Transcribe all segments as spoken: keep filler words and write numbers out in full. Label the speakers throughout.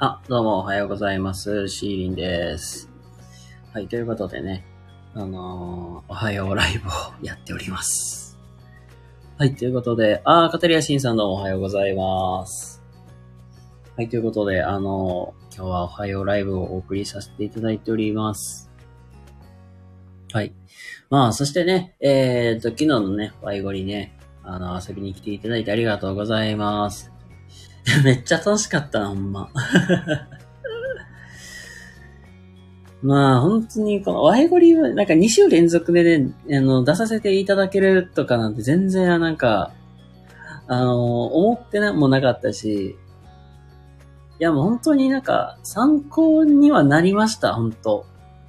Speaker 1: あ、どうもおはようございます。シーリンです。はい、ということでね、あのー、おはようライブをやっております。はい、ということで、あー、カタリアシンさんどうもおはようございます。はい、ということで、あのー、今日はおはようライブをお送りさせていただいております。はい。まあ、そしてね、えーと、昨日のね、ワイゴリね、あの、遊びに来ていただいてありがとうございます。めっちゃ楽しかったな、ほんま。まあ、本当に、このワイゴリは、なんかに週連続でね、あの、出させていただけるとかなんて全然、なんか、あの、思ってな、もなかったし、いやもう本当になんか、参考にはなりました、本当。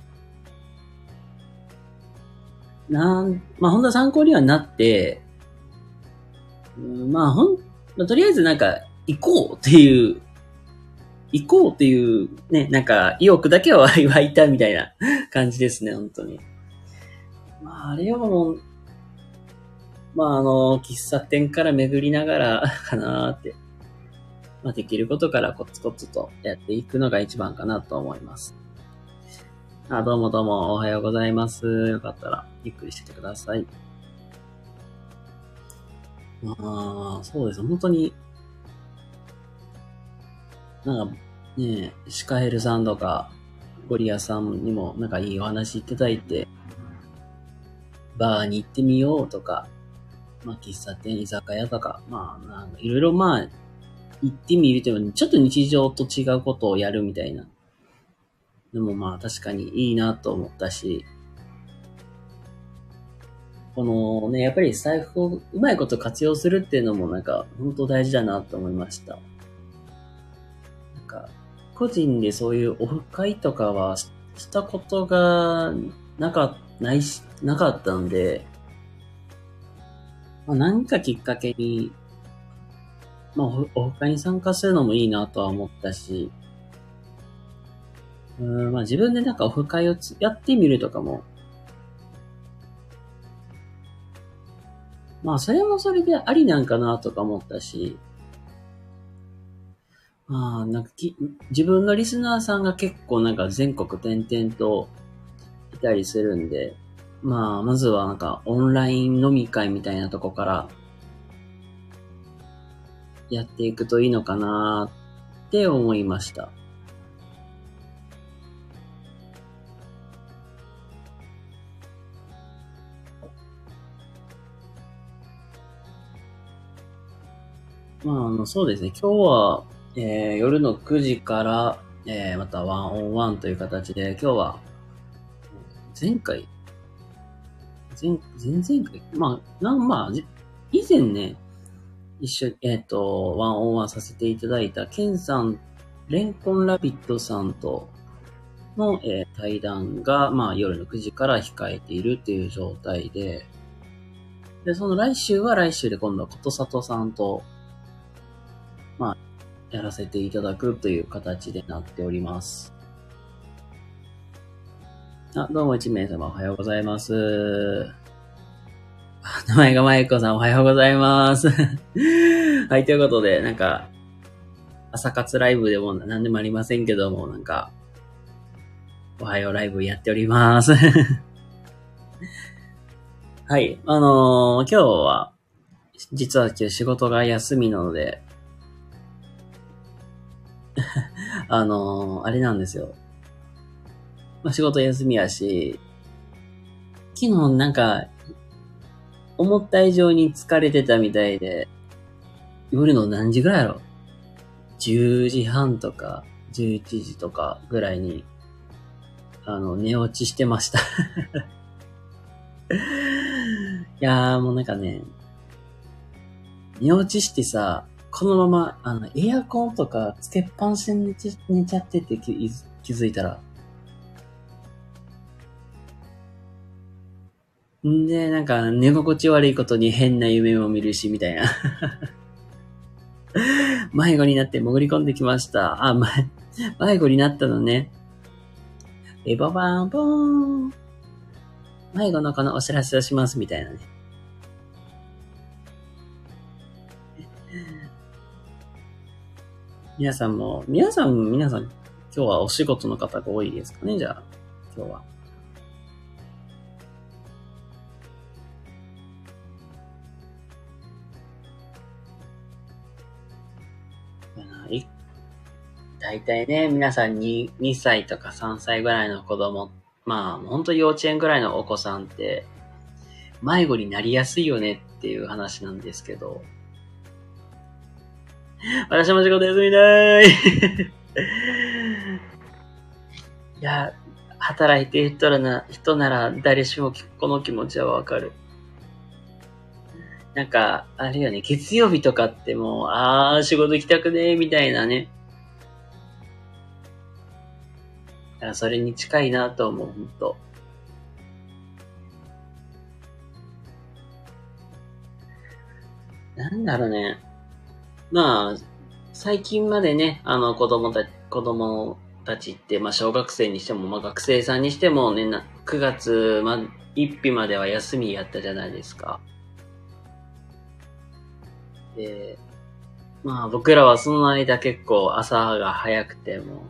Speaker 1: なん、まあ本当は参考にはなって、うん、まあほん、まあ、とりあえずなんか、行こうっていう、行こうっていうね、なんか、意欲だけは湧いたみたいな感じですね、本当に。まあ、あれはもう、まあ、あの、喫茶店から巡りながらかなーって。まあ、できることからコツコツとやっていくのが一番かなと思います。あ、どうもどうもおはようございます。よかったらゆっくりしててください。まあ、そうです。本当に、なんかね、シカヘルさんとかゴリアさんにもなんかいいお話いただいて、バーに行ってみようとか、まあ、喫茶店、居酒屋とか、まあ、なんかいろいろまあ、行ってみるというのちょっと日常と違うことをやるみたいな。でもまあ確かにいいなと思ったし、このね、やっぱり財布をうまいこと活用するっていうのもなんか本当大事だなと思いました。なんか、個人でそういうオフ会とかはしたことがなか、ないし、なかったんで、まあ、何かきっかけに、まあオフ会に参加するのもいいなとは思ったし、うーん、まあ自分でなんかオフ会をやってみるとかも、まあそれもそれでありなんかなとか思ったし、まあなんかき自分のリスナーさんが結構なんか全国転々といたりするんで、まあまずはなんかオンライン飲み会みたいなとこからやっていくといいのかなって思いました。まああのそうですね、今日は、えー、夜のくじから、えー、またワンオンワンという形で、今日は前回、前、前々回、まあ、なん、まあ、以前ね、一緒、えっ、と、ワンオンワンさせていただいた、ケンさん、レンコンラビットさんとの、えー対談が、まあ、夜のくじから控えているっていう状態で、で、その来週は来週で今度はことさとさんと、まあ、やらせていただくという形でなっております。あ、どうも一名様おはようございます。名前がまゆこさんおはようございます。はい、ということで、なんか、朝活ライブでも何でもありませんけども、なんか、おはようライブやっております。はい、あのー、今日は、実は今日仕事が休みなので、あのー、あれなんですよ。まあ、仕事休みやし、昨日なんか、思った以上に疲れてたみたいで、夜の何時ぐらいやろ ?じゅう 時半とか、じゅういちじとかぐらいに、あの、寝落ちしてました。いやーもうなんかね、寝落ちしてさ、このまま、あの、エアコンとかつけっぱなしで寝ち寝ちゃってて気気づいたら。んで、なんか、寝心地悪いことに変な夢も見るし、みたいな。迷子になって潜り込んできました。あ、ま、迷子になったのね。エババーンボーン。迷子のこのお知らせをします、みたいなね。 皆さんも、皆さん、皆さん、今日はお仕事の方が多いですかね、じゃあ、今日は。い大体ね、皆さんに、にさいとかさんさいぐらいの子供、まあ、ほんと幼稚園ぐらいのお子さんって、迷子になりやすいよねっていう話なんですけど、私も仕事休みたいいや、働いている人な人なら誰しもこの気持ちはわかる。なんか、あれよね、月曜日とかってもう、あー、仕事行きたくねーみたいなね。それに近いなと思う、ほんと。なんだろうね。まあ、最近までね、あの子供たち、子供たちって、まあ小学生にしても、まあ学生さんにしてもね、なくがつ、ま、いっぴまでは休みやったじゃないですか。で、まあ僕らはその間結構朝が早くても、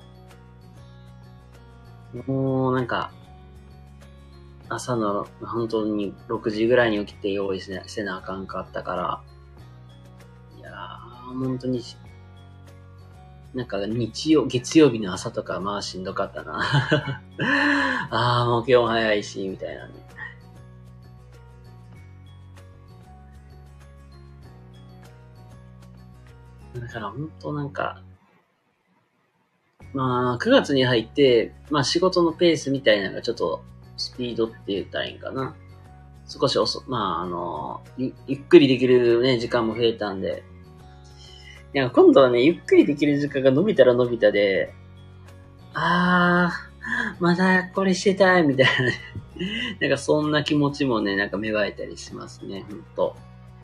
Speaker 1: もうなんか、朝の本当にろくじぐらいに起きて用意せなせなあかんかったから、いやー、本当になんか日曜、月曜日の朝とかまあしんどかったな。ああ、もう今日も早いし、みたいなね。だから本当なんか、まあくがつに入って、まあ仕事のペースみたいなのがちょっとスピードって言ったらいいんかな。少し遅、まああの、ゆゆっくりできるね、時間も増えたんで。いや、今度はね、ゆっくりできる時間が伸びたら伸びたで、あー、まだこれしてたい、みたいなね。なんかそんな気持ちもね、なんか芽生えたりしますね、ほんと。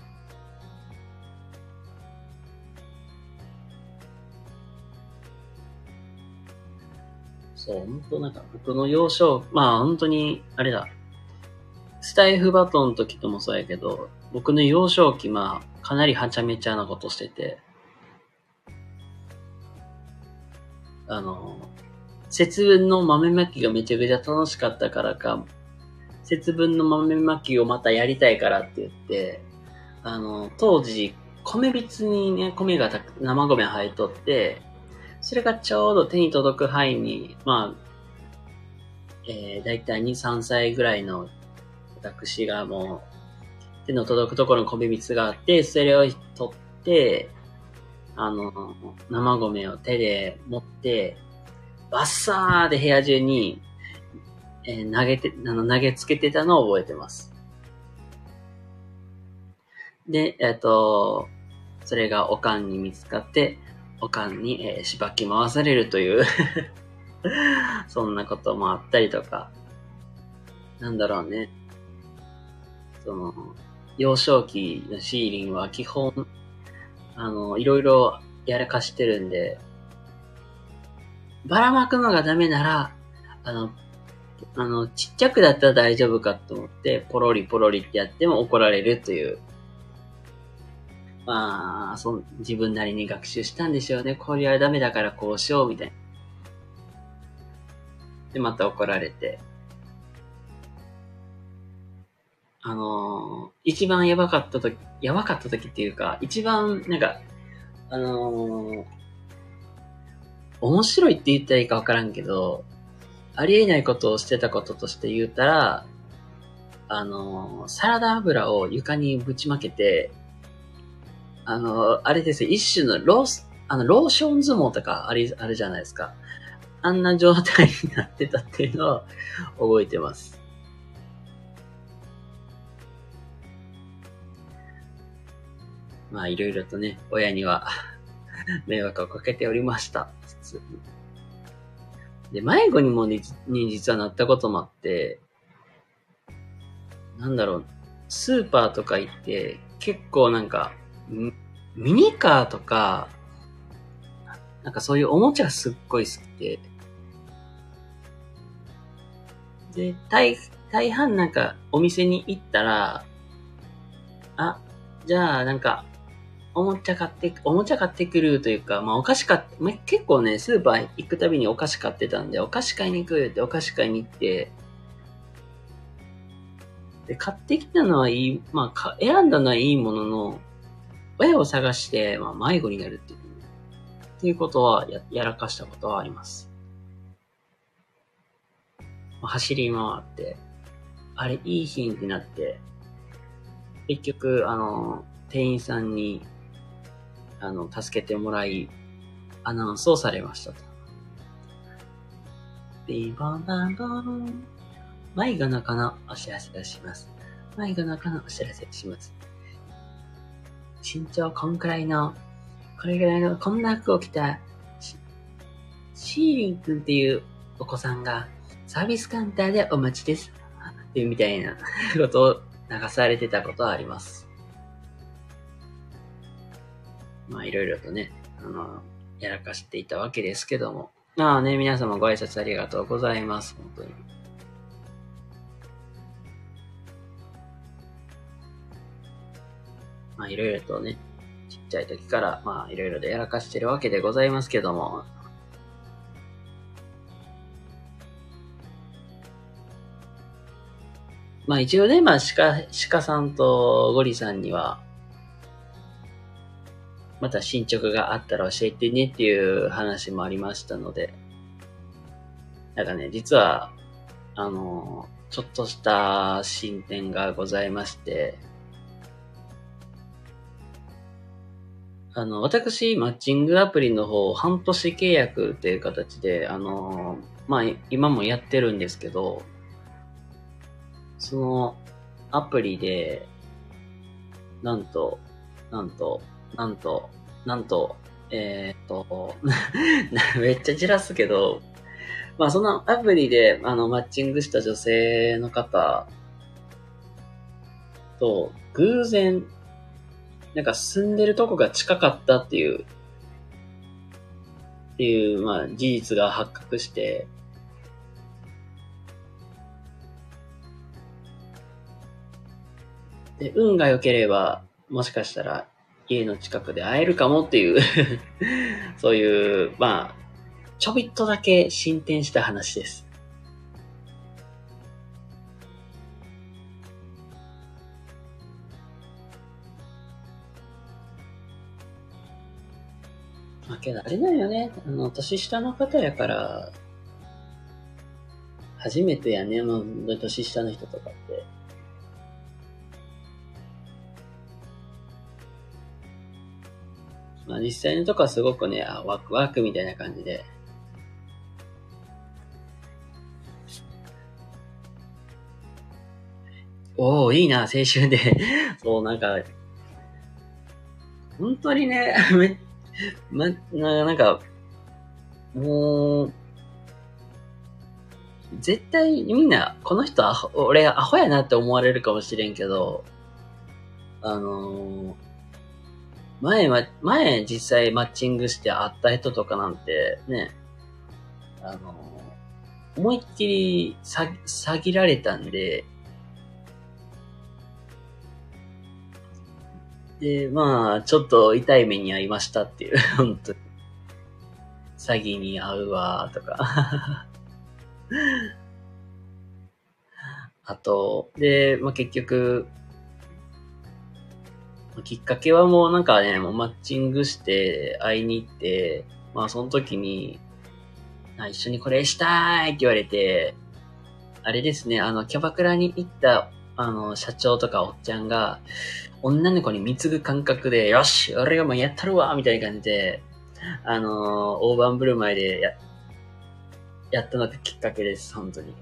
Speaker 1: そう、ほんとなんか僕の幼少、まあ本当に、あれだ、スタイフバトンの時ともそうやけど、僕の幼少期、まあ、かなりはちゃめちゃなことしてて、あの、節分の豆まきがめちゃくちゃ楽しかったからか、節分の豆まきをまたやりたいからって言って、あの、当時、米びつにね、米がた生米入っとって、それがちょうど手に届く範囲に、まあ、えー、だいたいに、さんさいぐらいの私がもう、手の届くところに米びつがあって、それを取って、あの、生米を手で持って、バッサーで部屋中に、えー投げて、あの、投げつけてたのを覚えてます。で、えっと、それがおかんに見つかって、おかんに、えー、しばき回されるというそんなこともあったりとか、なんだろうね。その、幼少期のシーリンは基本、あの、いろいろやらかしてるんで、ばらまくのがダメなら、あの、あの、ちっちゃくだったら大丈夫かと思って、ポロリポロリってやっても怒られるという、まあ、そん自分なりに学習したんでしょうね。これはダメだからこうしよう、みたいな。で、また怒られて。あのー、一番やばかった時、やばかった時っていうか、一番、なんか、あのー、面白いって言ったらいいかわからんけど、ありえないことをしてたこととして言うたら、あのー、サラダ油を床にぶちまけて、あのー、あれですよ、一種のロース、あの、ローション相撲とかあり、あるじゃないですか。あんな状態になってたっていうのを覚えてます。まあ、いろいろとね、親には迷惑をかけておりました。普通に。で、迷子にもに実はなったこともあって、なんだろう、スーパーとか行って、結構なんか、ミニカーとか、なんかそういうおもちゃがすっごい好きで、で、大、大半なんかお店に行ったら、あ、じゃあなんか、 おもちゃ買って、おもちゃ買ってくるというか、まあお菓子買って、まあ、結構ね、スーパー行くたびにお菓子買ってたんで、お菓子買いに行くってお菓子買いに行って、で、買ってきたのはいい、まあ選んだのはいいものの、親を探して、まあ迷子になるっていう、っていうことはや、やらかしたことはあります。まあ、走り回って、あれいい品ってなって、結局、あの、店員さんに、あの、助けてもらい、アナウンスをされましたと。ビボンバンボン。迷子の子のお知らせをします。迷子の子のお知らせをします。身長こんくらいの、これぐらいの、こんな服を着た、シーリン君っていうお子さんが、サービスカウンターでお待ちです。っていうみたいなことを流されてたことはあります。まあいろいろとね、あの、やらかしていたわけですけども。まあね、皆様ご挨拶ありがとうございます。本当に。まあいろいろとね、ちっちゃい時から、まあいろいろとやらかしてるわけでございますけども。まあ一応ね、まあ鹿、鹿さんとゴリさんには、また進捗があったら教えてねっていう話もありましたので、なんかね、実は、あの、ちょっとした進展がございまして、あの、私、マッチングアプリの方、半年契約っていう形で、あの、まあ、今もやってるんですけど、そのアプリで、なんと、なんと、なんと、なんと、えー、っと、めっちゃじらすけど、まあそのアプリで、あの、マッチングした女性の方と、偶然、なんか住んでるとこが近かったっていう、っていう、まあ事実が発覚して、で、運が良ければ、もしかしたら家の近くで会えるかもっていうそういう、まあ、ちょびっとだけ進展した話です。まあけどあれだよね、あの、年下の方やから、初めてやね、もう年下の人とかって。まあ実際のとこはすごくね、あ、ワクワクみたいな感じで。おー、いいな、青春で。そう、なんか、本当にね、め、ま、な、なんか、もう、絶対みんな、この人アホ、俺アホやなって思われるかもしれんけど、あのー、前は、前実際マッチングして会った人とかなんて、ね、あのー、思いっきり詐詐欺られたんで、で、まあ、ちょっと痛い目に遭いましたっていう、本当に。詐欺に遭うわ、とか。あと、で、まあ結局、きっかけはもうなんかね、もうマッチングして会いに行って、まあその時に、あ一緒にこれしたいって言われて、あれですね、あの、キャバクラに行った、あの、社長とかおっちゃんが、女の子に貢ぐ感覚で、よし俺がもうやったるわみたいな感じで、あの、大盤振る舞いでや、やったのがきっかけです、本当に。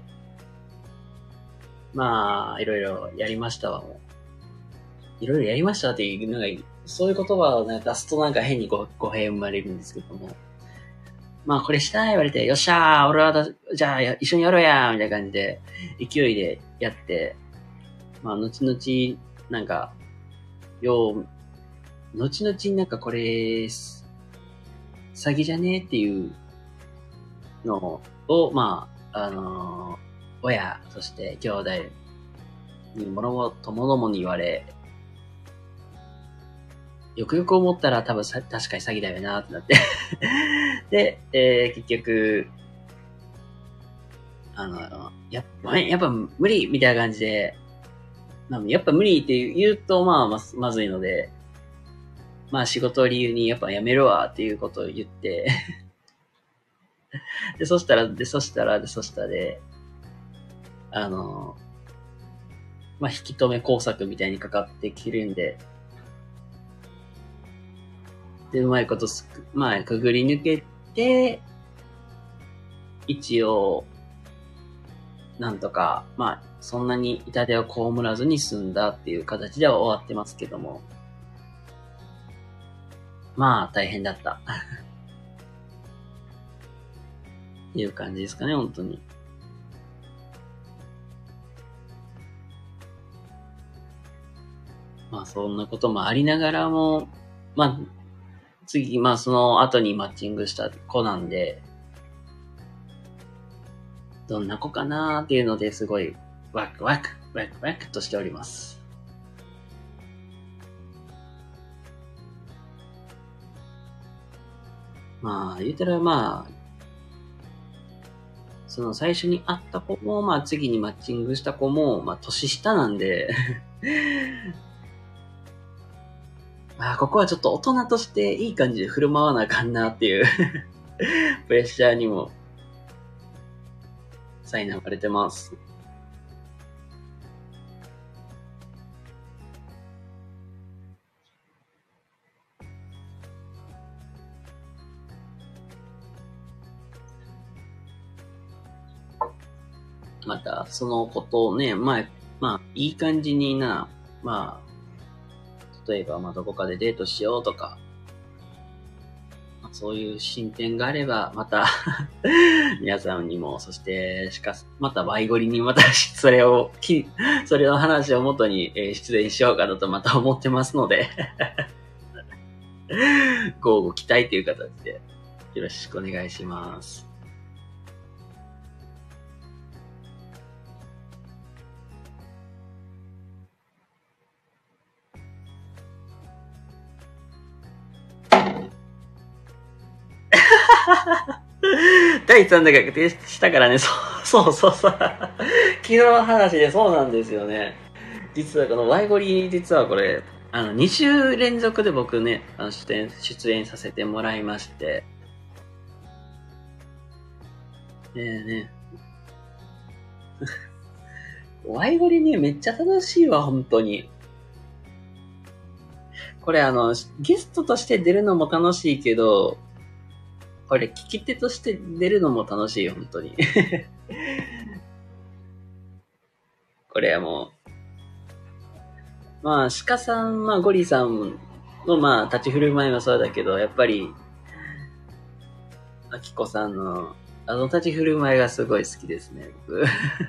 Speaker 1: まあ、いろいろやりましたわ、もう。いろいろやりましたっていう、なんか、そういう言葉を、ね、出すとなんか変に語語弊生まれるんですけども。まあ、これしたい言われて、よっしゃー俺はだ、じゃあ一緒にやろうやーみたいな感じで、勢いでやって、まあ、後々、なんか、よう、後々なんかこれ、詐欺じゃねえっていうのを、まあ、あのー、親、そして兄弟に物もともどもに言われ、 よくよく思ったら多分さ確かに詐欺だよなってなってで、えー、結局、あの、やっぱ、やっぱ無理みたいな感じで、まあ、やっぱ無理って言うと、まあま、まずいので、まあ仕事を理由にやっぱやめるわっていうことを言ってで、そしたら、で、そしたら、で、そしたらで、あの、まあ、引き止め工作みたいにかかってきるんで、で、うまいことすく、まあ、くぐり抜けて、一応、なんとか、まあ、そんなに痛手を被らずに済んだっていう形では終わってますけども。まあ、大変だった。っていう感じですかね、本当に。まあ、そんなこともありながらも、まあ、次、まあ、その後にマッチングした子なんで、どんな子かなーっていうのですごいワクワク、ワクワクとしております。まあ、言うたらまあ、その最初に会った子も、まあ次にマッチングした子も、まあ年下なんでまあここはちょっと大人としていい感じで振る舞わなあかんなっていうプレッシャーにも苛まれてます。また、そのことをね、まあ、まあ、いい感じにな、まあ、例えば、まあ、どこかでデートしようとか、まあ、そういう進展があれば、また皆さんにも、そして、しかし、また、ワイゴリにまた、それを、それの話をもとに、えー、出演しようかなとまた思ってますのでごご期待という形で、よろしくお願いします。だいさんだが確定したからね、そう、そうそうそう。昨日の話でそうなんですよね。実はこのワイゴリ、実はこれ、あの、に週連続で僕ね、あの出演、出演させてもらいまして。ねえねワイゴリね、めっちゃ楽しいわ、本当に。これあの、ゲストとして出るのも楽しいけど、これ聞き手として出るのも楽しいよ、本当に。これはもう、まあ、鹿さん、まあ、ゴリさんの、まあ、立ち振る舞いもそうだけど、やっぱり、あきこさんの、あの立ち振る舞いがすごい好きですね、僕。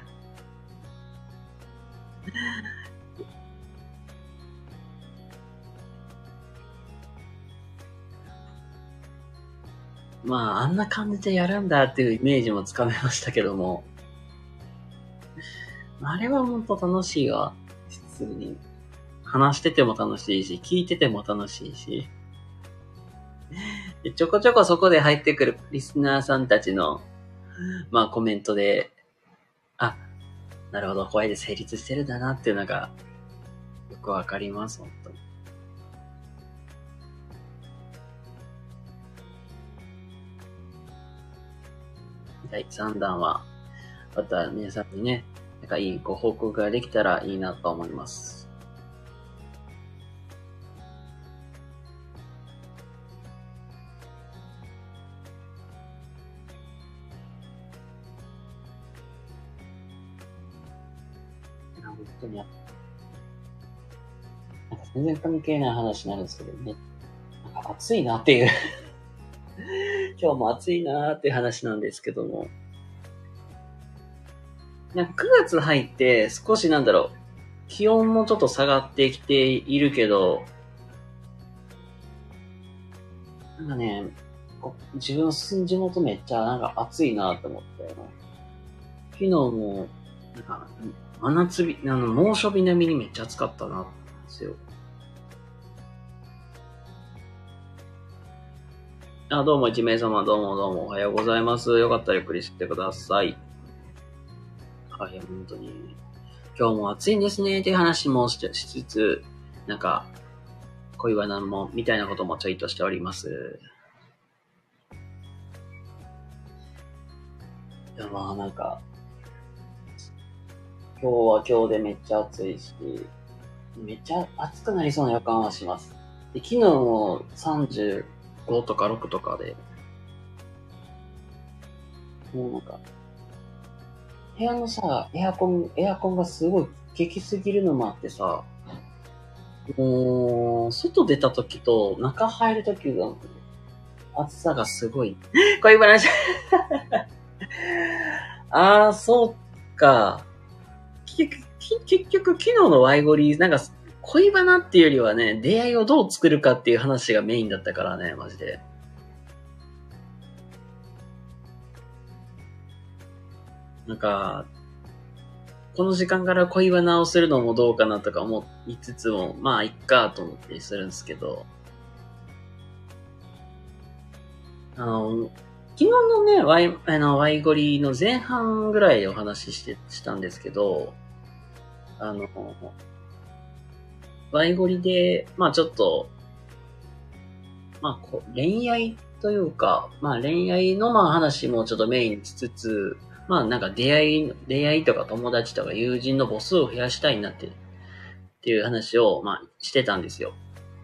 Speaker 1: まあ、あんな感じでやるんだっていうイメージもつかめましたけども。あれは本当楽しいわ。普通に。話してても楽しいし、聞いてても楽しいし。でちょこちょこそこで入ってくるリスナーさんたちの、まあコメントで、あ、なるほど、声で成立してるんだなっていうのが、よくわかります、本当に。だいさん弾は、また皆さんにね、なんかいいご報告ができたらいいなと思います。本当に、なんか全然関係ない話になるんですけどね。なんか暑いなっていう今日も暑いなーっていう話なんですけども。なんかくがつ入って少しなんだろう、気温もちょっと下がってきているけど、なんかね、自分の住ん地元めっちゃなんか暑いなって思ったよな。昨日も、なんか、真夏日、あの、猛暑日並みにめっちゃ暑かったな、ですよ。 あ、どうも一名様、どうもどうもおはようございます。よかったらゆっくりしてください。はい、本当に。今日も暑いんですねっていう話もしつつ、なんか、恋バナも、みたいなこともちょいとしております。いや、まあなんか、今日は今日でめっちゃ暑いし、めっちゃ暑くなりそうな予感はします。で、昨日もさんじゅうごとかろくとかで、もうなんか、部屋のさ、エアコン、エアコンがすごい効きすぎるのもあってさ、もう、外出た時と中入る時の暑さがすごい。恋話あー、そうか。結局、結局昨日のワイゴリ、なんか、恋バナっていうよりはね、出会いをどう作るかっていう話がメインだったからね、マジで。なんか、この時間から恋バナをするのもどうかなとか思いつつも、まあ、いっかと思ってするんですけど、あの、昨日のね、ワイ、あの、ワイゴリの前半ぐらいお話しして、したんですけど、あの、ワイゴリで、まあちょっと、まあこ恋愛というか、まあ恋愛のまあ話もちょっとメインにしつつ、まあなんか出会い、出会いとか友達とか友人の母数を増やしたいなって、っていう話を、まあしてたんですよ。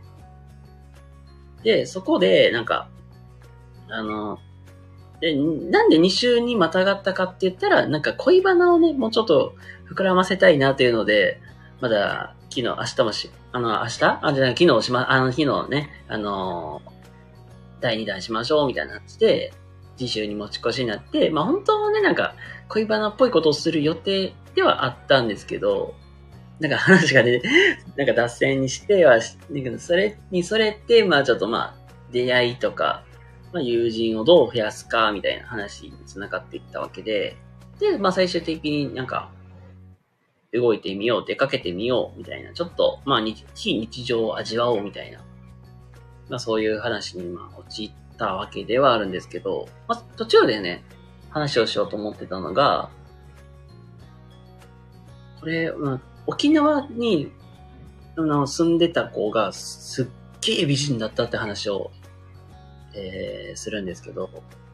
Speaker 1: で、そこで、なんか、あの、で、なんでに週にまたがったかって言ったら、なんか恋バナをね、もうちょっと膨らませたいなというので、まだ、昨日、明日もし、あの、明日あ、じゃない、昨日しま、あの、昨日ね、あの、だいにだんしましょう、みたいな感じで、次週に持ち越しになって、まあ本当はね、なんか、恋バナっぽいことをする予定ではあったんですけど、なんか話がね、なんか脱線にしては、だけどそれにそれって、まあちょっとまあ、出会いとか、まあ友人をどう増やすか、みたいな話に繋がっていったわけで、で、まあ最終的になんか、動いてみよう、出かけてみよう、みたいな、ちょっと、まあ非日常を味わおう、みたいな、まあそういう話にまあ陥ったわけではあるんですけど、まあ途中でね、話をしようと思ってたのが、これ、まあ、沖縄にあの住んでた子がすっげえ美人だったって話を、えー、するんですけど、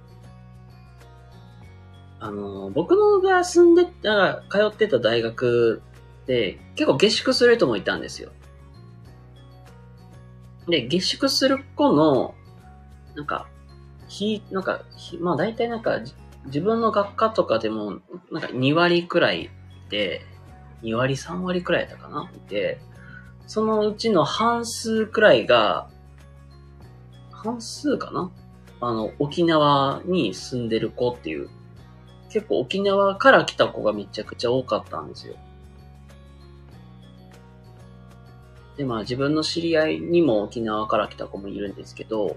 Speaker 1: あの、僕のが住んでた、通ってた大学で結構下宿する人もいたんですよ。で、下宿する子の、なんか、ひ、なんか、ひまあ大体なんか、自分の学科とかでも、なんかに割くらいで、に割さん割くらいだったかなで、そのうちの半数くらいが、半数かなあの、沖縄に住んでる子っていう、結構沖縄から来た子がめちゃくちゃ多かったんですよ。で、まあ自分の知り合いにも沖縄から来た子もいるんですけど、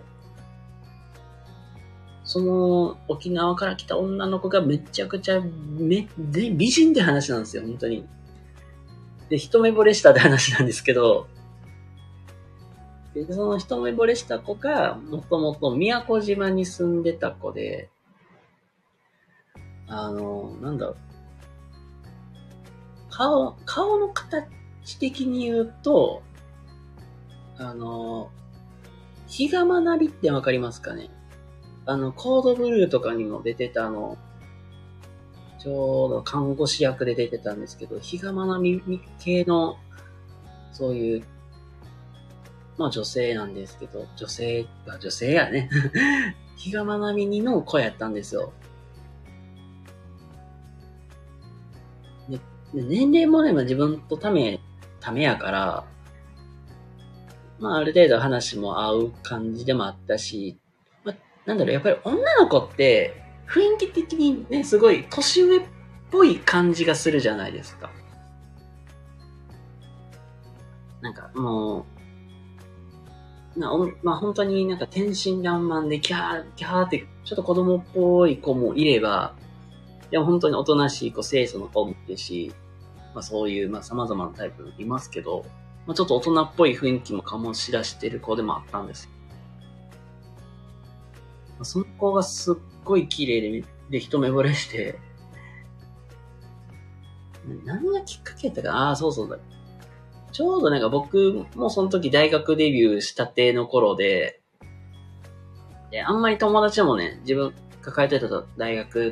Speaker 1: その沖縄から来た女の子がめちゃくちゃめで美人って話なんですよ、本当に。で、一目惚れしたって話なんですけど、でその一目惚れした子が、もともと宮古島に住んでた子で、あの、なんだろう。顔、顔の形的に言うと、あの、比嘉学びってわかりますかね？あの、コードブルーとかにも出てたあの、ちょうど看護師役で出てたんですけど、比嘉学び系の、そういう、まあ女性なんですけど、女性、女性やね。比嘉学びにの子やったんですよ。で年齢もね、まあ、自分とため、ためやから、まあある程度話も合う感じでもあったし、まあ、なんだろう、やっぱり女の子って雰囲気的にね、すごい年上っぽい感じがするじゃないですか。なんかもう、なまあ本当になんか天真爛漫でキャー、キャーってちょっと子供っぽい子もいれば、でも本当におとなしい子、清楚の子もいるし、まあそういう、まあ様々なタイプいますけど、まあちょっと大人っぽい雰囲気も醸し出してる子でもあったんですよ。 その子がすっごい綺麗で、で、一目惚れして、何がきっかけやったかな。ああ、そうそうだ。ちょうどなんか僕もその時大学デビューしたての頃で、で、あんまり友達もね、自分抱えてた大学って、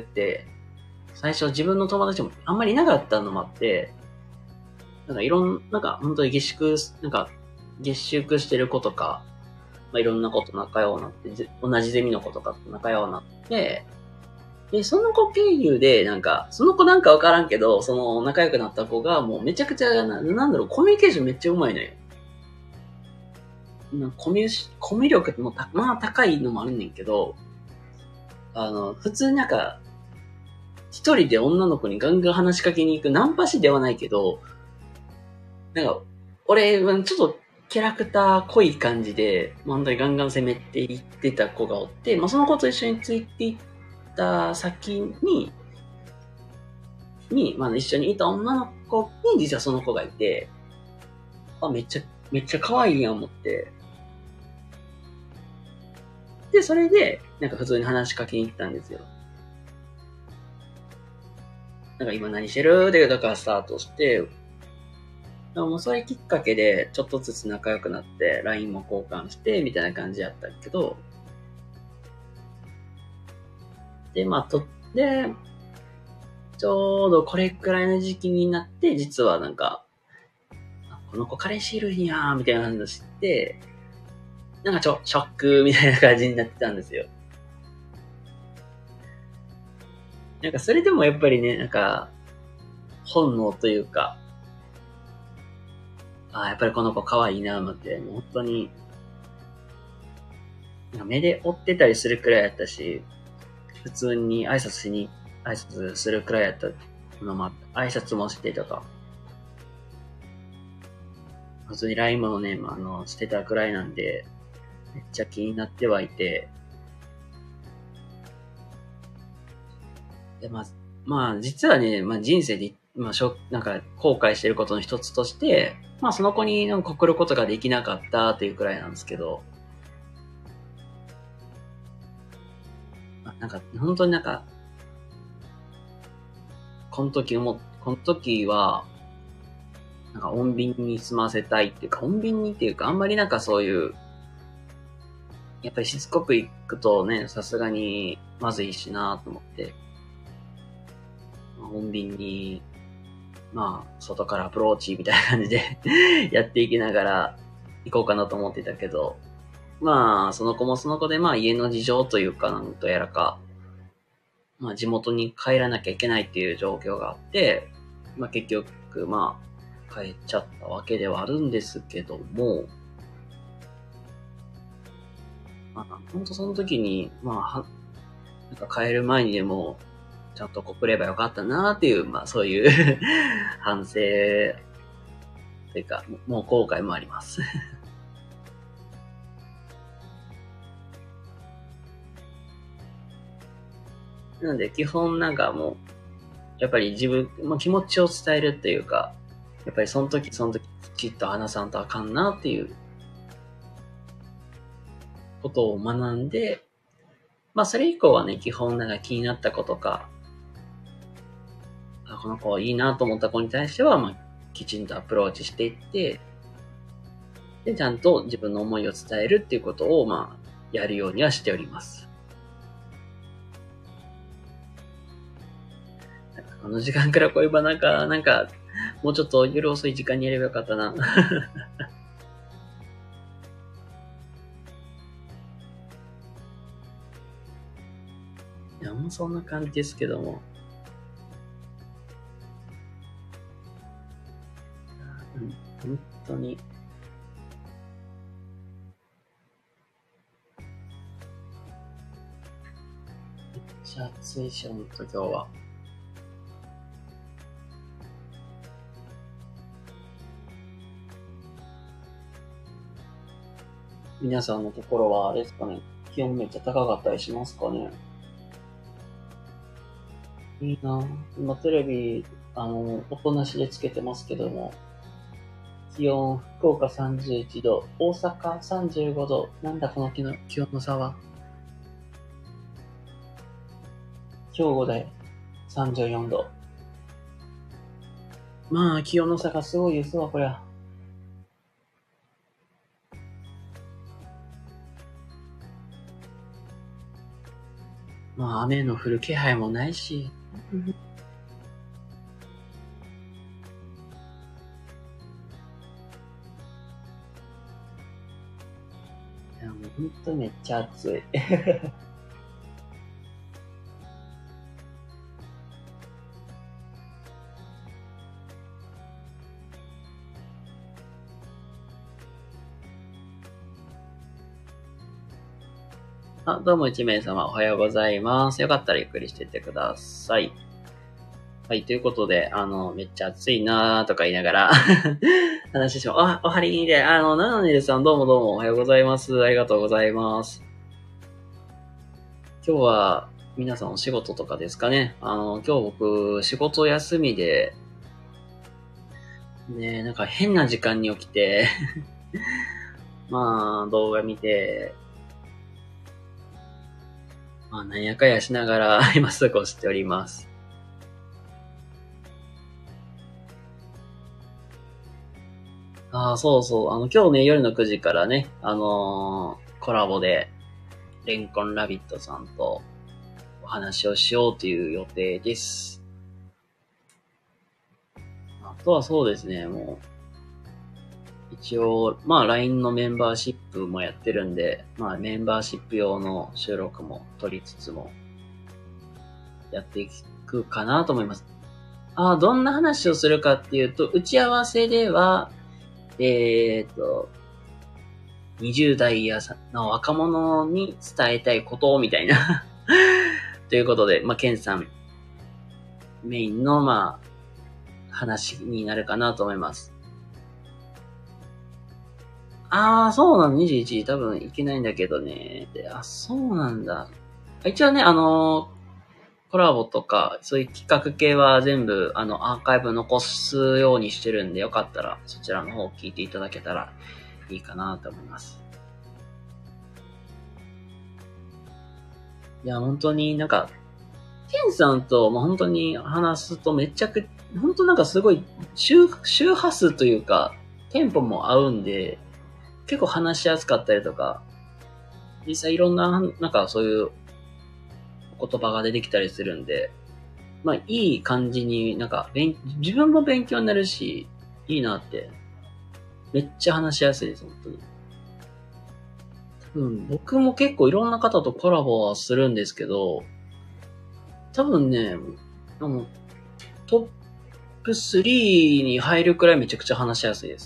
Speaker 1: 最初自分の友達もあんまりいなかったのもあって、なんかいろん、なんか本当に下宿、なんか下宿してる子とか、まあ、いろんな子と仲良くなって、同じゼミの子とかと仲良くなって、で、その子経由で、なんか、その子なんかわからんけど、その仲良くなった子がもうめちゃくちゃ、な、なんだろう、コミュニケーションめっちゃうまいのよ。コミュ、コミュ力もた、まあ高いのもあるんねんけど、あの、普通になんか、一人で女の子にガンガン話しかけに行く、ナンパ師ではないけど、なんか、俺、ちょっとキャラクター濃い感じで、本当にガンガン攻めていってた子がおって、まあその子と一緒についていった先に、に、まあ一緒にいた女の子に実はその子がいて、あ、めっちゃ、めっちゃ可愛いやん思って。で、それで、なんか普通に話しかけに行ったんですよ。なんか今何してるで、だからスタートして、でもそれきっかけで、ちょっとずつ仲良くなって、ライン も交換して、みたいな感じやったけど、で、まあ、と、で、ちょうどこれくらいの時期になって、実はなんか、この子彼氏いるんやー、みたいな話をして、なんかちょ、ショックみたいな感じになってたんですよ。なんかそれでもやっぱりね、なんか、本能というか、ああ、やっぱりこの子可愛いな、思って、もう本当に、目で追ってたりするくらいやったし、普通に挨拶しに、挨拶するくらいやったのもあった。挨拶もしてたか。普通に ライン もね、あの、してたくらいなんで、めっちゃ気になってはいて、で、まあ、まあ、実はね、まあ人生で、まあ、しょ、なんか、後悔してることの一つとして、まあその子に告ることができなかったっていうくらいなんですけど、なんか、本当になんか、この時も、この時は、なんか穏便に済ませたいっていうか、穏便にっていうか、あんまりなんかそういう、やっぱりしつこく行くとね、さすがにまずいしなと思って、まあ、穏便に、まあ、外からアプローチみたいな感じでやっていきながら行こうかなと思ってたけど、まあ、その子もその子で、まあ家の事情というか、なんとやらか、まあ地元に帰らなきゃいけないっていう状況があって、まあ結局、まあ、帰っちゃったわけではあるんですけども、まあ、ほんとその時に、まあ、は、なんか帰る前にでも、ちゃんと告ればよかったなっていう、まあそういう反省、というか、もう後悔もありますなので、基本なんかもう、やっぱり自分、まあ、気持ちを伝えるっていうか、やっぱりその時その時きちっと話さんとあかんなっていうことを学んで、まあそれ以降はね、基本なんか気になった子とか、あ、この子いいなと思った子に対しては、まあきちんとアプローチしていって、で、ちゃんと自分の思いを伝えるっていうことを、まあ、やるようにはしております。なんかこの時間からこういえばなんか、なんか、もうちょっと夜遅い時間にやればよかったな。いや、もうそんな感じですけども。うん、本当に。めっちゃ暑いし、ほんと今日は。皆さんのところはあれですかね。気温めっちゃ高かったりしますかね。いいな今テレビ、あの、音なしでつけてますけども。気温、福岡さんじゅういちど、大阪さんじゅうごど。なんだこの気の気温の差は。 兵庫でさんじゅうよんど。まあ、気温の差がすごいですわ、こりゃ。まあ、雨の降る気配もないし。いや、もうほんとめっちゃ暑い。あ、どうも一名様おはようございます。よかったらゆっくりしていってください。はい、ということで、あの、めっちゃ暑いなーとか言いながら話しま、あ、おはりーで、あの、ナナネルさんどうもどうもおはようございます。ありがとうございます。今日は皆さんお仕事とかですかね。あの、今日僕仕事休みで、ね、なんか変な時間に起きてまあ、動画見て、まあ、なんやかやしながら今過ごしております。ああ、そうそう。あの、今日ね、夜のくじからね、あのー、コラボで、レンコンラビットさんとお話をしようという予定です。あとはそうですね、もう、一応、まあ ライン のメンバーシップもやってるんで、まあメンバーシップ用の収録も取りつつも、やっていくかなと思います。ああ、どんな話をするかっていうと、打ち合わせでは、えーっと、にじゅう代やの若者に伝えたいことみたいなということで、まあ、ケンさんメインの、まあ、話になるかなと思います。あー、そうなの、にじゅういちじ多分いけないんだけどね。で、あ、そうなんだ。一応ね、あのー、コラボとか、そういう企画系は全部、あの、アーカイブ残すようにしてるんで、よかったら、そちらの方を聞いていただけたらいいかなと思います。いや、本当になんか、ケンさんと、まあ、本当に話すとめちゃく、本当なんかすごい周、周波数というか、テンポも合うんで、結構話しやすかったりとか、実際いろんな、なんかそういう言葉が出てきたりするんで、まあいい感じになんか勉、自分も勉強になるし、いいなって、めっちゃ話しやすいです、本当に。多分僕も結構いろんな方とコラボはするんですけど、多分ね、あの、トップスリーに入るくらいめちゃくちゃ話しやすいです。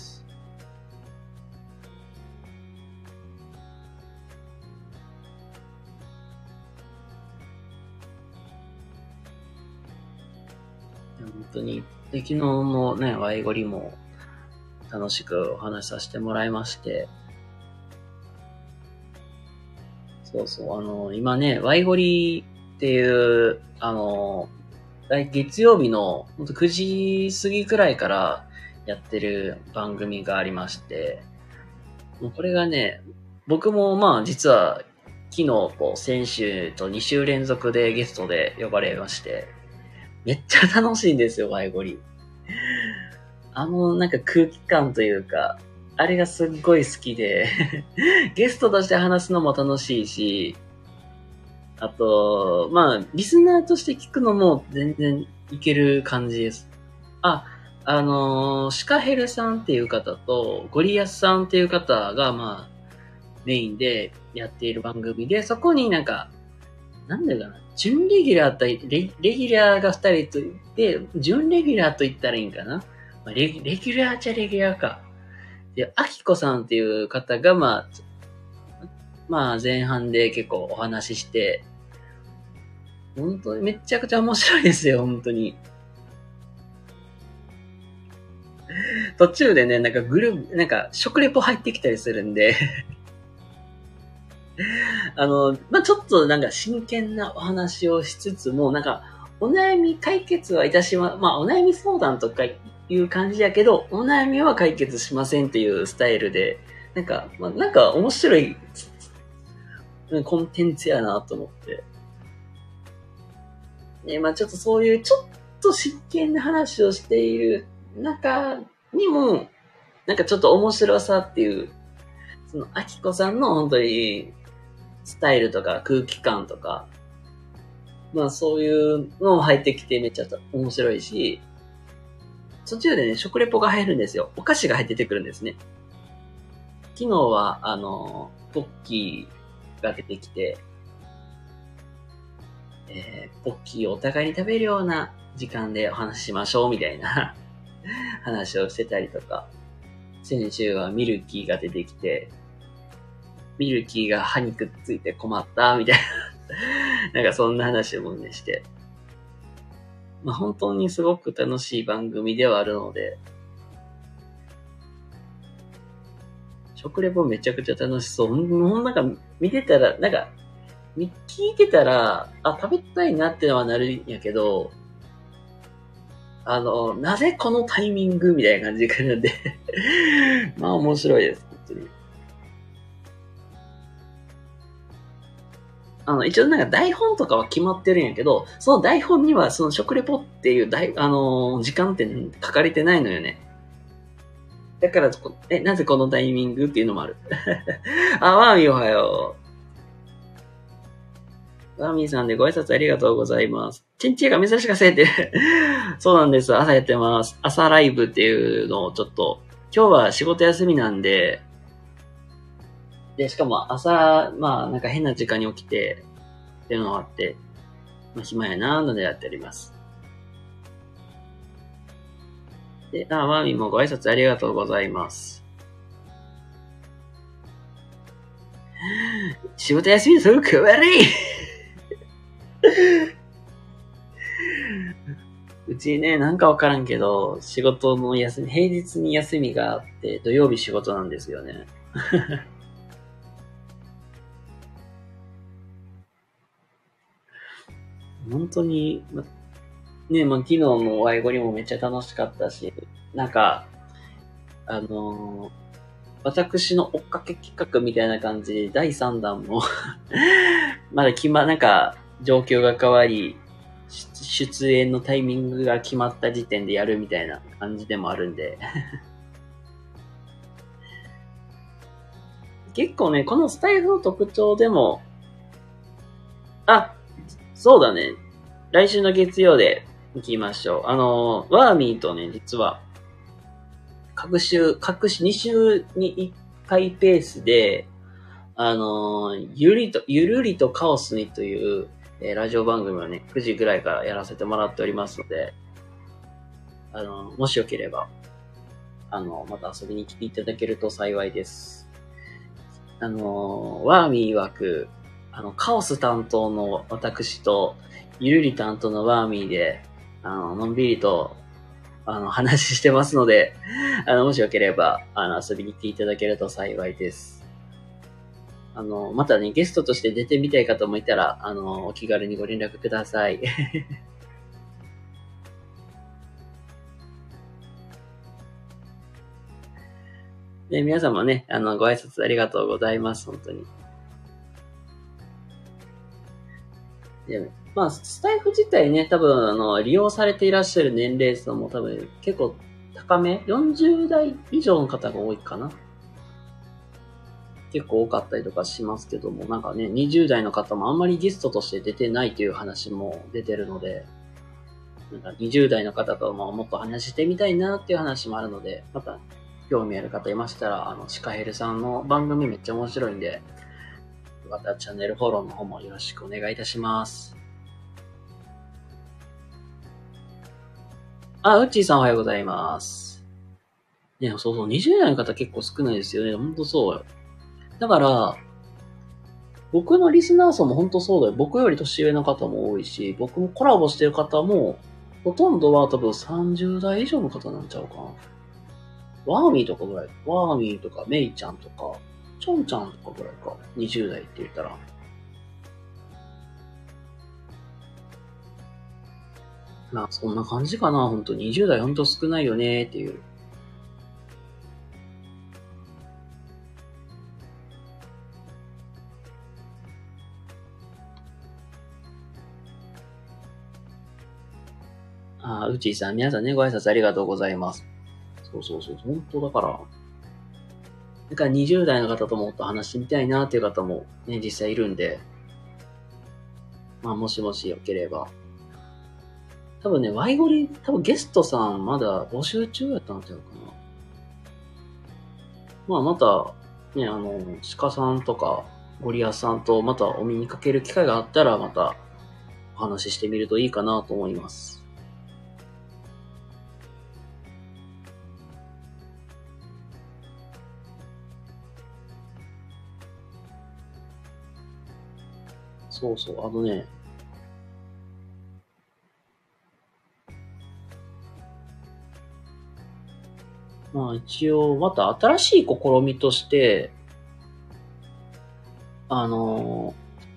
Speaker 1: 本当に。で、昨日のね、ワイゴリも楽しくお話しさせてもらいまして。そうそう、あの、今ね、ワイゴリっていう、あの、月曜日のくじ過ぎくらいからやってる番組がありまして、もうこれがね、僕もまあ実は昨日と先週とに週連続でゲストで呼ばれまして、めっちゃ楽しいんですよ、ワイゴリ。あのなんか空気感というか、あれがすっごい好きでゲストとして話すのも楽しいし、あと、まあ、リスナーとして聞くのも全然いける感じです。あ、あのー、シカヘルさんっていう方と、ゴリアスさんっていう方が、まあ、メインでやっている番組で、そこになんか、なんだよかな、準レギュラーと、レレギュラーがふたりといて、準レギュラーと言ったらいいんかな、まあ、レレギュラーっちゃレギュラーか。で、アキコさんっていう方が、まあ、まあ前半で結構お話しして、本当にめちゃくちゃ面白いですよ、本当に。途中でね、なんかグループ、なんか食レポ入ってきたりするんであの、まあ、ちょっとなんか真剣なお話をしつつも、なんか、お悩み解決はいたしま、まあ、お悩み相談とかいう感じやけど、お悩みは解決しませんっていうスタイルで、なんか、まあ、なんか面白いコンテンツやなと思って。 ね、まあちょっとそういうちょっと真剣な話をしている中にも、なんかちょっと面白さっていう、その、あきこさんの本当に、スタイルとか空気感とか、まあそういうのも入ってきてめっちゃ面白いし、途中でね、食レポが入るんですよ。お菓子が入ってくるんですね。昨日は、あの、ポッキーが出てきて、えー、ポッキーをお互いに食べるような時間でお話ししましょうみたいな話をしてたりとか、先週はミルキーが出てきて、ミルキーが歯にくっついて困ったみたいななんかそんな話もねして、まあ本当にすごく楽しい番組ではあるので、食レポめちゃくちゃ楽しそう。もうなんか見てたら、なんか、聞いてたら、あ、食べたいなってのはなるんやけど、あの、なぜこのタイミングみたいな感じで来るんでまあ面白いです、本当に。あの、一応なんか台本とかは決まってるんやけど、その台本にはその食レポっていう大、あのー、時間って書かれてないのよね。だから、え、なぜこのタイミングっていうのもある。あ、ワーミーおはよう。ワーミーさんでご挨拶ありがとうございます。チンチンが珍しかせってそうなんです。朝やってます。朝ライブっていうのをちょっと、今日は仕事休みなんで、で、しかも朝、まあなんか変な時間に起きて、っていうのがあって、まあ暇やなーのでやっております。で、あ、ワーミーもご挨拶ありがとうございます。仕事休みのそれ変わりうちね、なんかわからんけど、仕事の休み、平日に休みがあって、土曜日仕事なんですよね。本当に、ま、ね、まあ、昨日のお会い後にもめっちゃ楽しかったし、なんか、あのー、私の追っかけ企画みたいな感じで、だいさんだんもまだ決ま、なんか、状況が変わり、出演のタイミングが決まった時点でやるみたいな感じでもあるんで結構ね、このスタイルの特徴でも、あ、そうだね。来週の月曜で行きましょう。あの、ワーミーとね、実は、各週、各週、に週にいっかいペースで、あの、ゆるりと、ゆるりとカオスにという、えー、ラジオ番組をね、くじぐらいからやらせてもらっておりますので、あの、もしよければ、あの、また遊びに来ていただけると幸いです。あの、ワーミー曰く、あの、カオス担当の私と、ゆるり担当のワーミーで、あの、のんびりと、あの、話してますので、あの、もしよければ、あの、遊びに来ていただけると幸いです。あの、またね、ゲストとして出てみたい方もいたら、あの、お気軽にご連絡ください。で、皆様ね、あの、ご挨拶ありがとうございます、本当に。で、まあ、スタイフ自体ね、多分、あの、利用されていらっしゃる年齢層も多分、結構高め ?よんじゅう 代以上の方が多いかな。結構多かったりとかしますけども、なんかね、にじゅう代の方もあんまりゲストとして出てないという話も出てるので、なんかにじゅう代の方とももっと話してみたいなっていう話もあるので、また興味ある方いましたら、あの、シカヘルさんの番組めっちゃ面白いんで、またチャンネルフォローの方もよろしくお願いいたします。あ、うっちーさんおはようございます。ね、そうそう、にじゅう代の方結構少ないですよね。ほんとそうよ。だから、僕のリスナー層もほんとそうだよ。僕より年上の方も多いし、僕もコラボしてる方も、ほとんどは多分さんじゅう代以上の方なんちゃうかな。ワーミーとかぐらい。ワーミーとかメイちゃんとか、チョンちゃんとかぐらいか。にじゅう代って言ったら。まあ、そんな感じかな。ほんとにじゅう代ほんと少ないよねっていう。 ああ、うちーさん、皆さんね、ご挨拶ありがとうございます。そうそうそう、本当だから。だからにじゅう代の方ともっと話してみたいなっていう方もね、実際いるんで、まあ、もしもしよければ。多分ね、ワイゴリ、多分ゲストさんまだ募集中やったんちゃうかな。まあ、また、ね、あの、鹿さんとか、ゴリアスさんとまたお目にかける機会があったら、またお話ししてみるといいかなと思います。そうそう、あのね、まあ一応、また新しい試みとして、あの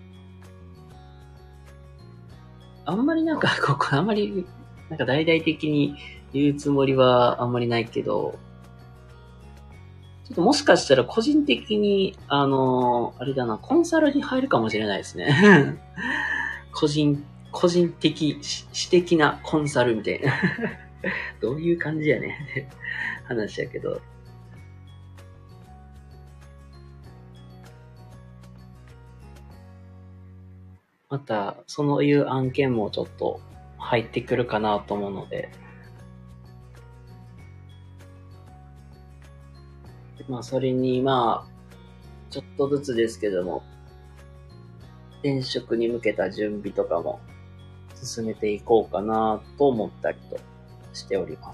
Speaker 1: ー、あんまりなんか、ここ、あんまり、なんか大々的に言うつもりはあんまりないけど、ちょっともしかしたら個人的に、あのー、あれだな、コンサルに入るかもしれないですね。個人、個人的、私的なコンサルみたいな。どういう感じやねんって話やけど。また、そういう案件もちょっと入ってくるかなと思うので、まあ、それに、まあ、ちょっとずつですけども、転職に向けた準備とかも進めていこうかなと思ったりとしております。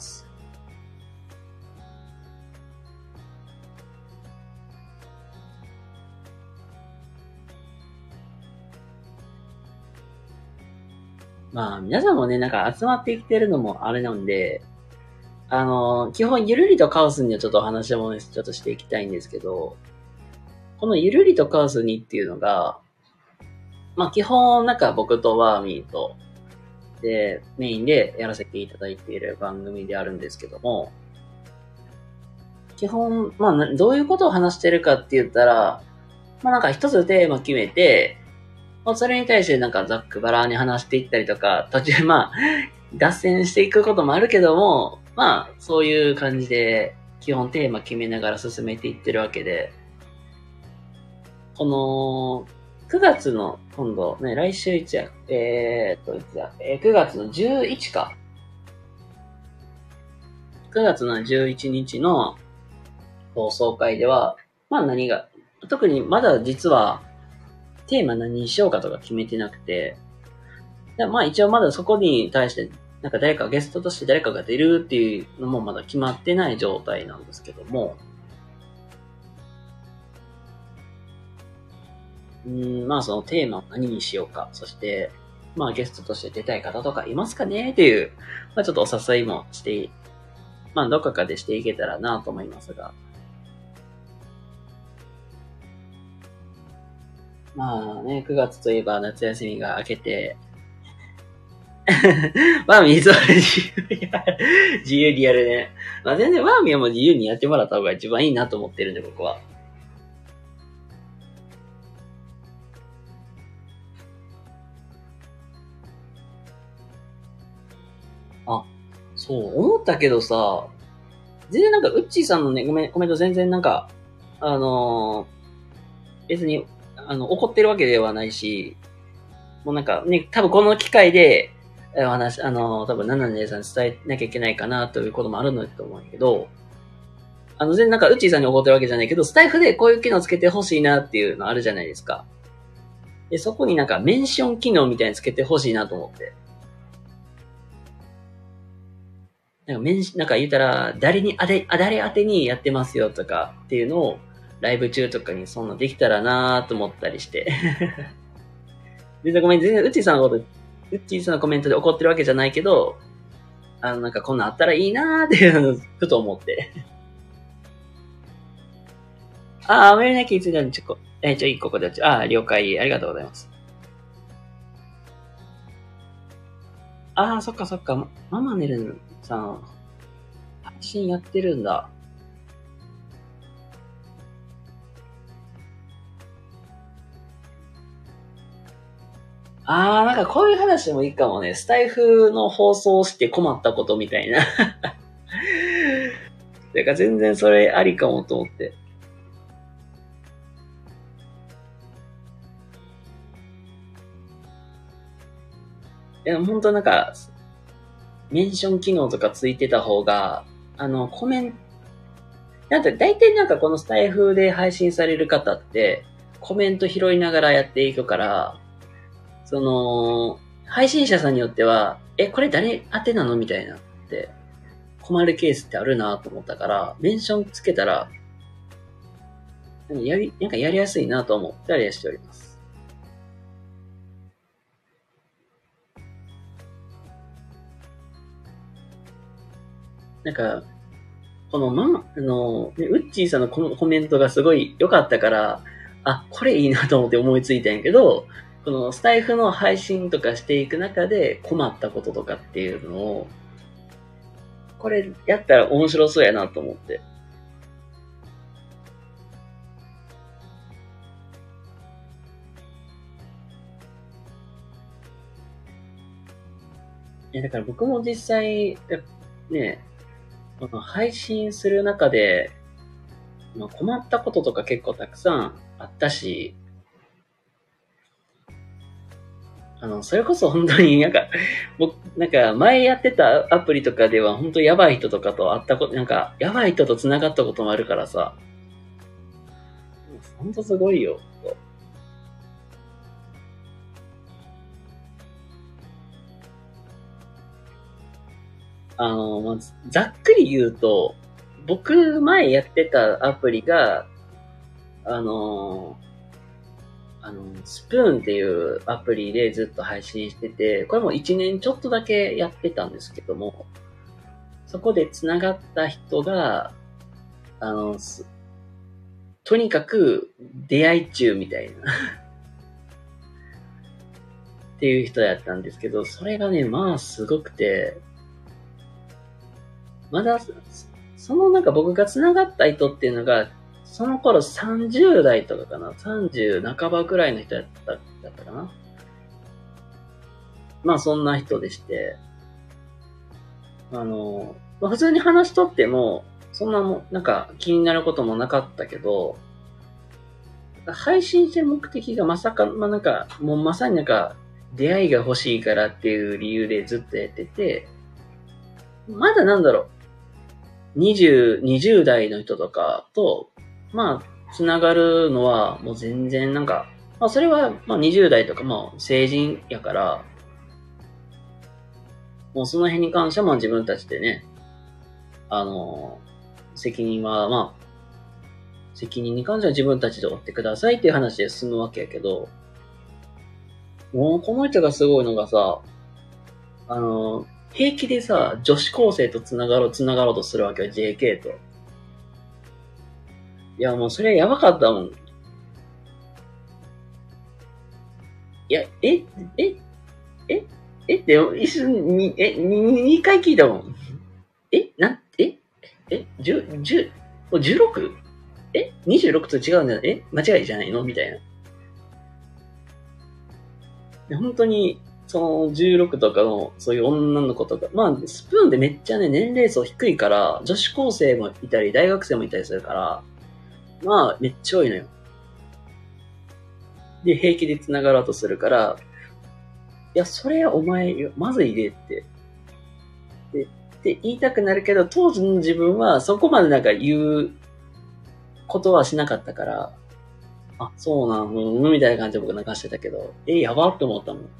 Speaker 1: まあ、皆さんもね、なんか集まってきてるのもあれなんで、あの、基本ゆるりとカオスにはちょっとお話もね、ちょっとしていきたいんですけど、このゆるりとカオスにっていうのが、まあ基本なんか僕とワーミーとでメインでやらせていただいている番組であるんですけども、基本、まあどういうことを話してるかって言ったら、まあなんか一つテーマ決めて、まあそれに対してなんかざっくばらーに話していったりとか、途中まあ脱線していくこともあるけども、まあそういう感じで基本テーマ決めながら進めていってるわけで、このくがつの今度ね、来週いつや、えー、っと、いつや、えー、くがつのじゅういちか。くがつのじゅういちにちの放送会では、まあ何が、特にまだ実はテーマ何にしようかとか決めてなくて、まあ一応まだそこに対して、なんか誰かゲストとして誰かが出るっていうのもまだ決まってない状態なんですけども、うん、まあそのテーマを何にしようか、そして、まあゲストとして出たい方とかいますかねっていう、まあちょっとお誘いもして、まあどこかでしていけたらなと思いますが、まあね、くがつといえば夏休みが明けて、ワーミー、そう、自由にやる。自由にやるね。まあ全然ワーミーはもう自由にやってもらった方が一番いいなと思ってるんで、僕は。あ、そう、思ったけどさ、全然なんか、ウッチーさんのね、ごめん、コメント全然なんか、あのー、別に、あの、怒ってるわけではないし、もうなんかね、多分この機会で、お話、あのー、多分、ナナネさんに伝えなきゃいけないかなということもあるのだと思うんだけど、あの、全然なんか、ウッチーさんに怒ってるわけじゃないけど、スタイフでこういう機能つけてほしいなっていうのあるじゃないですか。で、そこになんか、メンション機能みたいにつけてほしいなと思って。なんか、メンなんか言ったら、誰に、あれ、あ、誰宛てにやってますよとかっていうのを、ライブ中とかにそんなできたらなーと思ったりして。全然ごめん、全然、うっちーさんのこと、うっちーさんのコメントで怒ってるわけじゃないけど、あの、なんかこんなんあったらいいなーっていうのを、ふと思って。あー、メルネキーついたのにちょこ、えー、ちょ、いい、ここで、あー、了解、ありがとうございます。あー、そっかそっか、ママネルさん、配信やってるんだ。 あー、なんかこういう話もいいかもね。スタイフの放送をして困ったことみたいな。だから全然それありかもと思って。いや、ほんとなんか、メンション機能とかついてた方が、あの、コメント、なんか大体なんかこのスタイフで配信される方って、コメント拾いながらやっていくから、その、配信者さんによっては、え、これ誰宛てなのみたいなって困るケースってあるなと思ったから、メンションつけたら、やり、なんかやりやすいなと思ってあれしております。なんか、このま、あの、ね、ウッチーさんのココメントがすごい良かったから、あ、これいいなと思って思いついたんやけど、このスタイフの配信とかしていく中で困ったこととかっていうのを、これやったら面白そうやなと思って。いや、だから僕も実際、ね、この配信する中で、まあ、困ったこととか結構たくさんあったし、あの、それこそ本当になんか、僕、なんか前やってたアプリとかでは本当やばい人とかと会ったこと、なんか、やばい人と繋がったこともあるからさ、本当すごいよ。あの、まず、ざっくり言うと、僕前やってたアプリが、あの、あの、スプーンっていうアプリでずっと配信してて、これもいちねんちょっとだけやってたんですけども、そこで繋がった人が、あの、とにかく出会い中みたいなっていう人やったんですけど、それがね、まあすごくて、まだ、そのなんか僕が繋がった人っていうのが、その頃さんじゅう代とかかな ?さんじゅう 半ばくらいの人やった、だったかな。まあそんな人でして、あの、まあ、普通に話しとっても、そんなも、なんか気になることもなかったけど、配信してる目的がまさか、まあなんか、もうまさになんか、出会いが欲しいからっていう理由でずっとやってて、まだなんだろう、にじゅう、にじゅう代の人とかと、まあ、つながるのはもう全然なんか、まあそれはまあにじゅう代とかもう成人やから、もうその辺に関してはまあ自分たちでね、あの、責任はまあ、責任に関しては自分たちで負ってくださいっていう話で進むわけやけど、もうこの人がすごいのがさ、あの、平気でさ、女子高生と繋がろう、繋がろうとするわけよ、ジェーケー と。いや、もうそれやばかったもん。いや、え、え、え、えって、一瞬に、え、に、にかい聞いたもん。え、な、え、え、じゅう、じゅう、じゅうろく? え ?にじゅうろく と違うんだよ。え間違いじゃないのみたいな。で本当に、そのじゅうろくとかのそういう女の子とか、まあ、スプーンでめっちゃね、年齢層低いから、女子高生もいたり、大学生もいたりするから、まあ、めっちゃ多いのよ。で、平気で繋がろうとするから、いや、それお前、まずいでって。で、って言いたくなるけど、当時の自分はそこまでなんか言うことはしなかったから、あ、そうなん、うん、みたいな感じで僕流してたけど、え、やばって思ったもん。い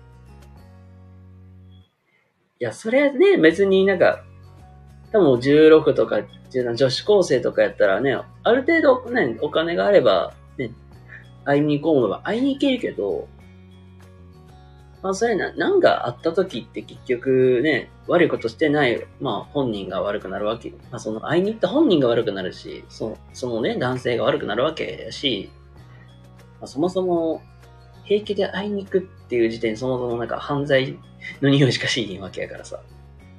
Speaker 1: や、それはね、別になんか、多分じゅうろくとかっていうのは女子高生とかやったらね、ある程度ね、お金があれば、ね、会いに行こうものは会いに行けるけど、まあそれな、なんかあった時って結局ね、悪いことしてない、まあ本人が悪くなるわけ。まあその会いに行った本人が悪くなるし、その、そのね、男性が悪くなるわけやし、まあ、そもそも平気で会いに行くっていう時点でそもそもなんか犯罪の匂いしかしいんわけやからさ。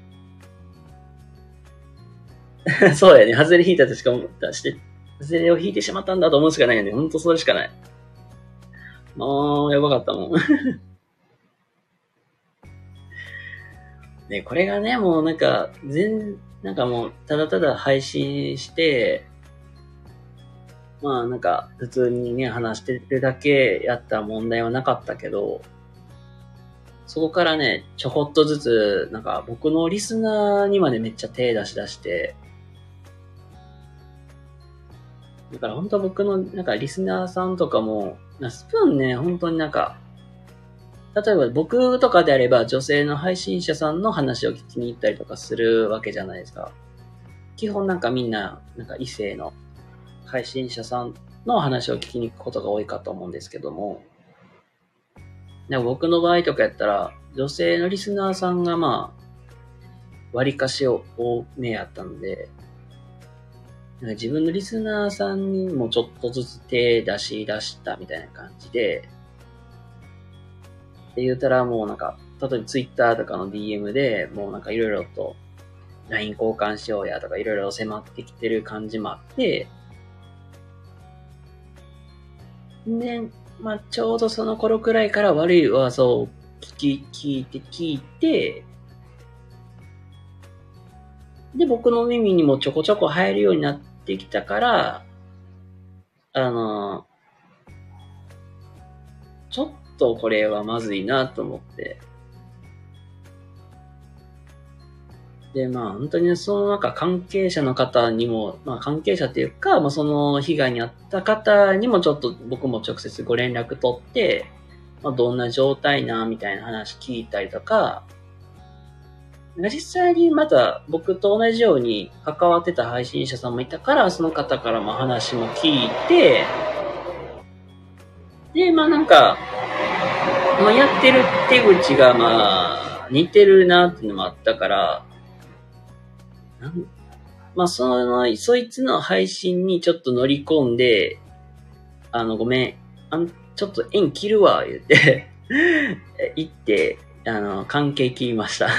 Speaker 1: そうやね、外れ引いたとしか思ったして、外れを引いてしまったんだと思うしかないよね。ほんとそれしかない。もう、やばかったもん。 で、これがね、もうなんか、全、なんかもう、ただただ配信して、まあなんか、普通にね、話してるだけやったら問題はなかったけど、そこからね、ちょこっとずつ、なんか僕のリスナーにまでめっちゃ手出し出して、だから本当僕のなんかリスナーさんとかも、スプーンね、本当になんか、例えば僕とかであれば女性の配信者さんの話を聞きに行ったりとかするわけじゃないですか。基本なんかみんな、なんか異性の配信者さんの話を聞きに行くことが多いかと思うんですけども、でも僕の場合とかやったら、女性のリスナーさんがまあ、割かし多めやったので、なんか自分のリスナーさんにもちょっとずつ手出し出したみたいな感じで、で言うたらもうなんか、例えばツイッターとかの ディーエム でもうなんかいろいろと ライン 交換しようやとかいろいろ迫ってきてる感じもあって、で、まあちょうどその頃くらいから悪い噂を聞き、聞いて、聞いて、で、僕の耳にもちょこちょこ入るようになってきたから、あの、ちょっとこれはまずいなと思って。で、まあ本当にその中関係者の方にも、まあ関係者っていうか、まあその被害に遭った方にもちょっと僕も直接ご連絡取って、まあどんな状態な、みたいな話聞いたりとか、実際にまた僕と同じように関わってた配信者さんもいたから、その方からも話も聞いて、で、まあなんか、まあやってる手口がまあ似てるなっていうのもあったから、まあその、そいつの配信にちょっと乗り込んで、あの、ごめん、あんちょっと縁切るわ、言って言って、あの、関係切りました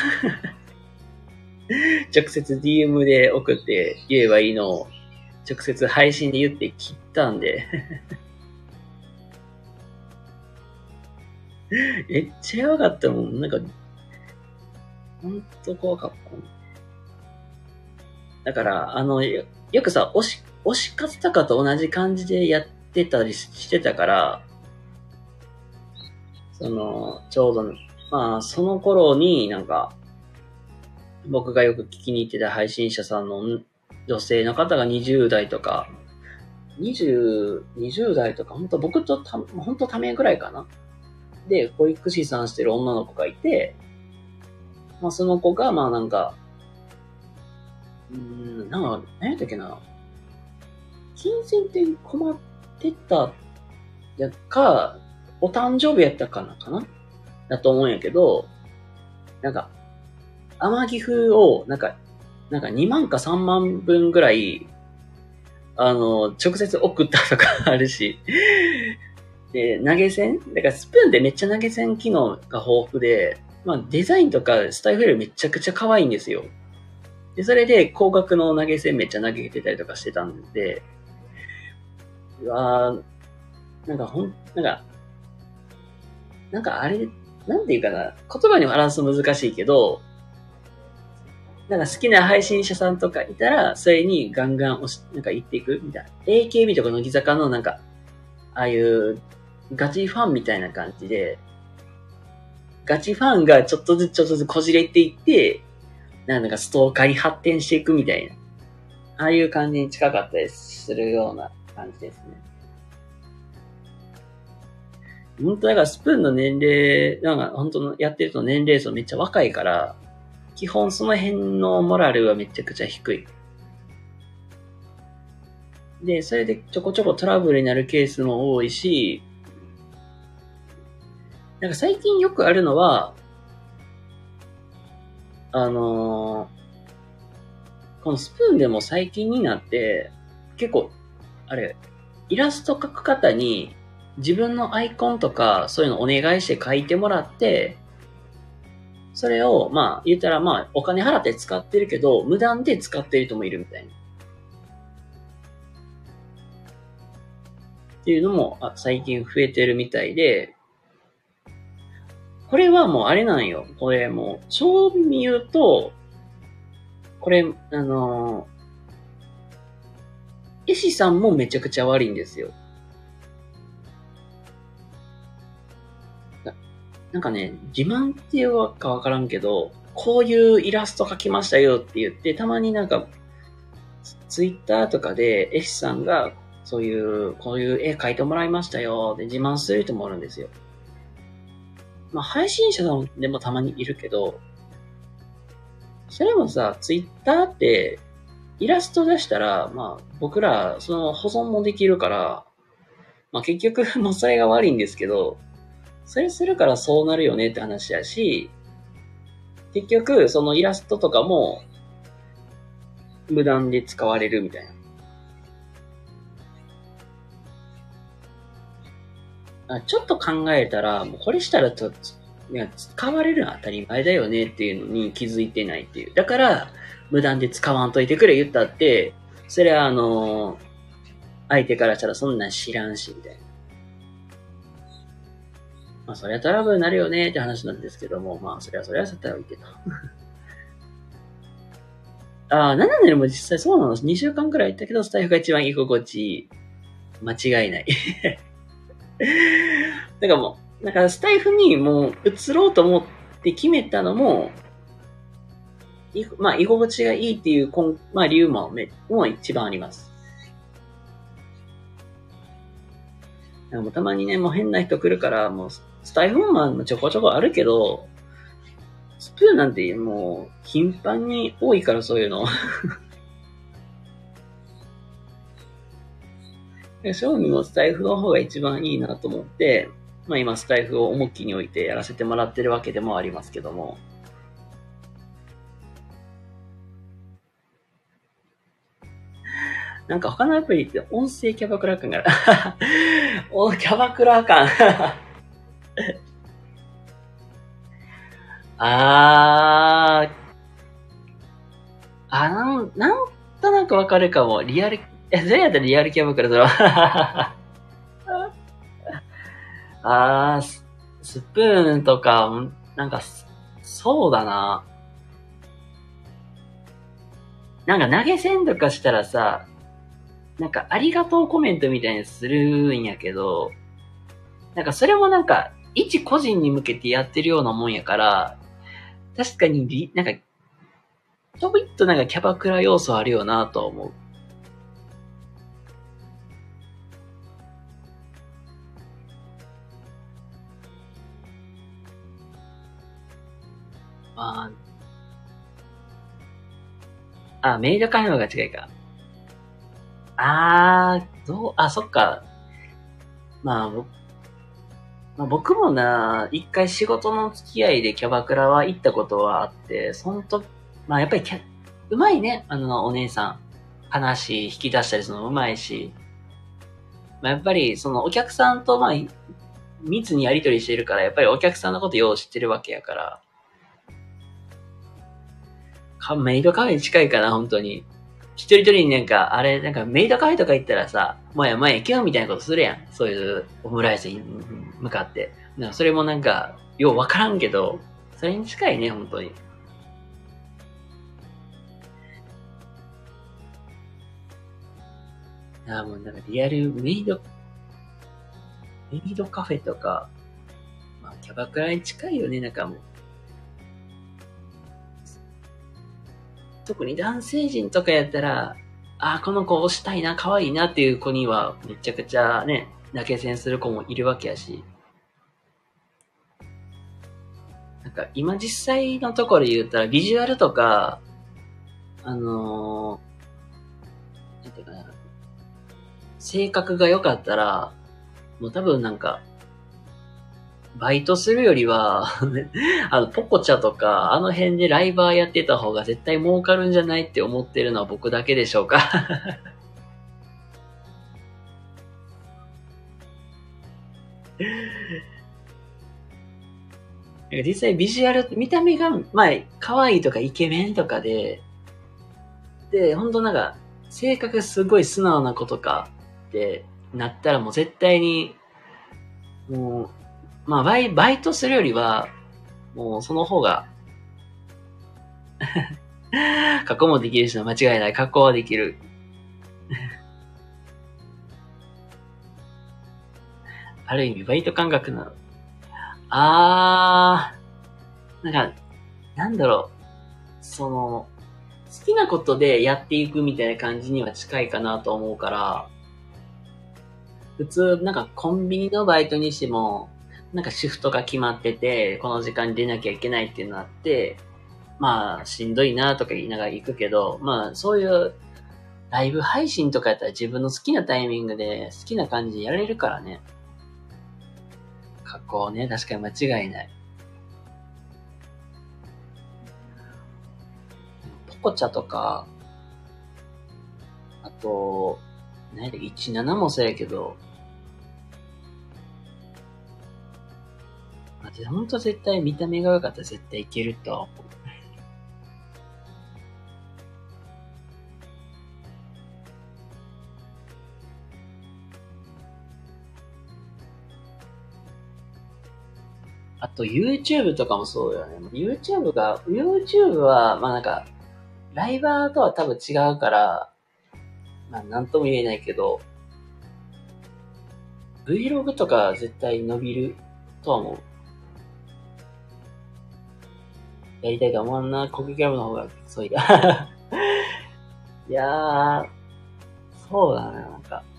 Speaker 1: 直接 ディーエム で送って言えばいいのを、直接配信で言って切ったんでめっちゃやばかったもん。なんか、ほんと怖かった。だから、あの、よよくさ、推し、推し活とかと同じ感じでやってたりしてたから、その、ちょうど、まあ、その頃になんか、僕がよく聞きに行ってた配信者さんの女性の方がにじゅう代とか、にじゅう、にじゅう代とか、本当僕とた、本当ためぐらいかな。で、保育士さんしてる女の子がいて、まあその子が、まあなんか、うーん、なんか、何やったっけな。金銭的に困ってたやか、お誕生日やったかなかなだと思うんやけど、なんか、天城風を、なんか、なんかにまんかさんまんぶんぐらい、あの、直接送ったとかあるし、で、投げ銭だからスプーンってめっちゃ投げ銭機能が豊富で、まあデザインとかスタイルめちゃくちゃ可愛いんですよ。で、それで高額の投げ銭めっちゃ投げてたりとかしてたんで、うわー、なんかほん、なんか、なんかあれ、なんていうかな、言葉に表すの難しいけど、なんか好きな配信者さんとかいたら、それにガンガン押し、なんか言っていくみたいな。エーケービー とか乃木坂のなんか、ああいうガチファンみたいな感じで、ガチファンがちょっとずつちょっとずつこじれていって、なんかストーカーに発展していくみたいな。ああいう感じに近かったりするような感じですね。本当だからスプーンの年齢、なんか本当のやってると年齢層めっちゃ若いから、基本その辺のモラルはめちゃくちゃ低い。で、それでちょこちょこトラブルになるケースも多いし、なんか最近よくあるのは、あのー、このスプーンでも最近になって、結構、あれ、イラスト描く方に自分のアイコンとかそういうのお願いして描いてもらって、それを、まあ、言ったらまあ、お金払って使ってるけど、無断で使ってる人もいるみたいな。っていうのも、あ最近増えてるみたいで、 これはもうあれなんよ。これもう、正味言うと、これ、あのー、絵師さんもめちゃくちゃ悪いんですよ。ななんかね、自慢っていうかわからんけど、こういうイラスト描きましたよって言って、たまになんか、ツイッターとかで絵師さんが、そういう、こういう絵描いてもらいましたよって自慢する人もおるんですよ。まあ、配信者でもたまにいるけど、それもさ、ツイッターってイラスト出したら、まあ僕らその保存もできるから、まあ結局もうそれが悪いんですけど、それするからそうなるよねって話やし、結局そのイラストとかも無断で使われるみたいな。あちょっと考えたら、もうこれしたらと、いや、使われるのは当たり前だよねっていうのに気づいてないっていう。だから、無断で使わんといてくれ言ったって、それはあの、相手からしたらそんなん知らんし、みたいな。まあ、そりゃトラブルになるよねって話なんですけども、まあ、それはそれはさておいてと。ああ、ななねんも実際そうなの。にしゅうかんくらい行ったけど、スタイフが一番居心地いい。間違いない。なんかもう、なんかスタイフにもう移ろうと思って決めたのも、まあ、居心地がいいっていう、まあ、理由も、も一番あります。もうたまにね、もう変な人来るから、もう、スタイフマンもちょこちょこあるけど、スプーンなんてもう、頻繁に多いからそういうの。正味もスタイフの方が一番いいなと思って、まあ今スタイフを重きに置いてやらせてもらってるわけでもありますけども。なんか他のアプリって音声キャバクラ感がある。お、キャバクラ感。あー、あ、なん、なんとなくわかるかも。リアル、え、それやったらリアルキャバクラだろ。あー、ス、スプーンとか、なんか、そうだな。なんか投げ銭とかしたらさ、なんかありがとうコメントみたいにするんやけど、なんかそれもなんか、一個人に向けてやってるようなもんやから、確かにリ、なんか、ちょびっとなんかキャバクラ要素あるよなと思う。ああ、メイドカフェの方が近いか。あー、どう、あ、そっか。まあ、まあ、僕もな、一回仕事の付き合いでキャバクラは行ったことはあって、そんと、まあやっぱりキャ、うまいね、あの、お姉さん。話引き出したりするのうまいし、まあやっぱりそのお客さんとまあ、密にやりとりしてるから、やっぱりお客さんのことよう知ってるわけやから、かメイドカフェに近いかな、本当に。一人一人になんか、あれ、なんかメイドカフェとか行ったらさ、もやもや今日みたいなことするやん。そういうオムライスに向かって。なんかそれもなんか、ようわからんけど、それに近いね、本当に。ああ、もうなんかリアルメイド、メイドカフェとか、まあキャバクラに近いよね、なんかもう。特に男性陣とかやったら、ああ、この子推したいな、可愛いなっていう子には、めちゃくちゃね、投げ銭する子もいるわけやし。なんか今実際のところで言ったら、ビジュアルとか、あのー、なんていうかな、性格が良かったら、もう多分なんか、バイトするよりはあの、ポコチャとか、あの辺でライバーやってた方が絶対儲かるんじゃないって思ってるのは僕だけでしょうか実際ビジュアル、見た目が、まあ、可愛いとかイケメンとかで、で、ほんとなんか、性格すごい素直な子とかってなったらもう絶対に、もう、まあバイ、バイトするよりは、 もうその方が、加工もできるし間違いない。加工はできる。ある意味バイト感覚なの。あー、なんか、なんだろう。その、好きなことでやっていくみたいな感じには近いかなと思うから、普通、なんかコンビニのバイトにしても、なんかシフトが決まってて、この時間に出なきゃいけないっていうのがあって、まあ、しんどいなとか言いながら行くけど、まあ、そういうライブ配信とかやったら自分の好きなタイミングで好きな感じでやれるからね。加工ね、確かに間違いない。ポコチャとか、あと、何やったっけ、いちななもそうやけど、ほんと絶対見た目が良かったら絶対いけるとは思う。あと YouTube とかもそうよね。YouTube が、YouTube は、まあなんか、ライバーとは多分違うから、まあなんとも言えないけど、Vlog とか絶対伸びるとは思う。やりたいと思わんな。国技ラブの方がそういや。いやー、そうだな、なんか。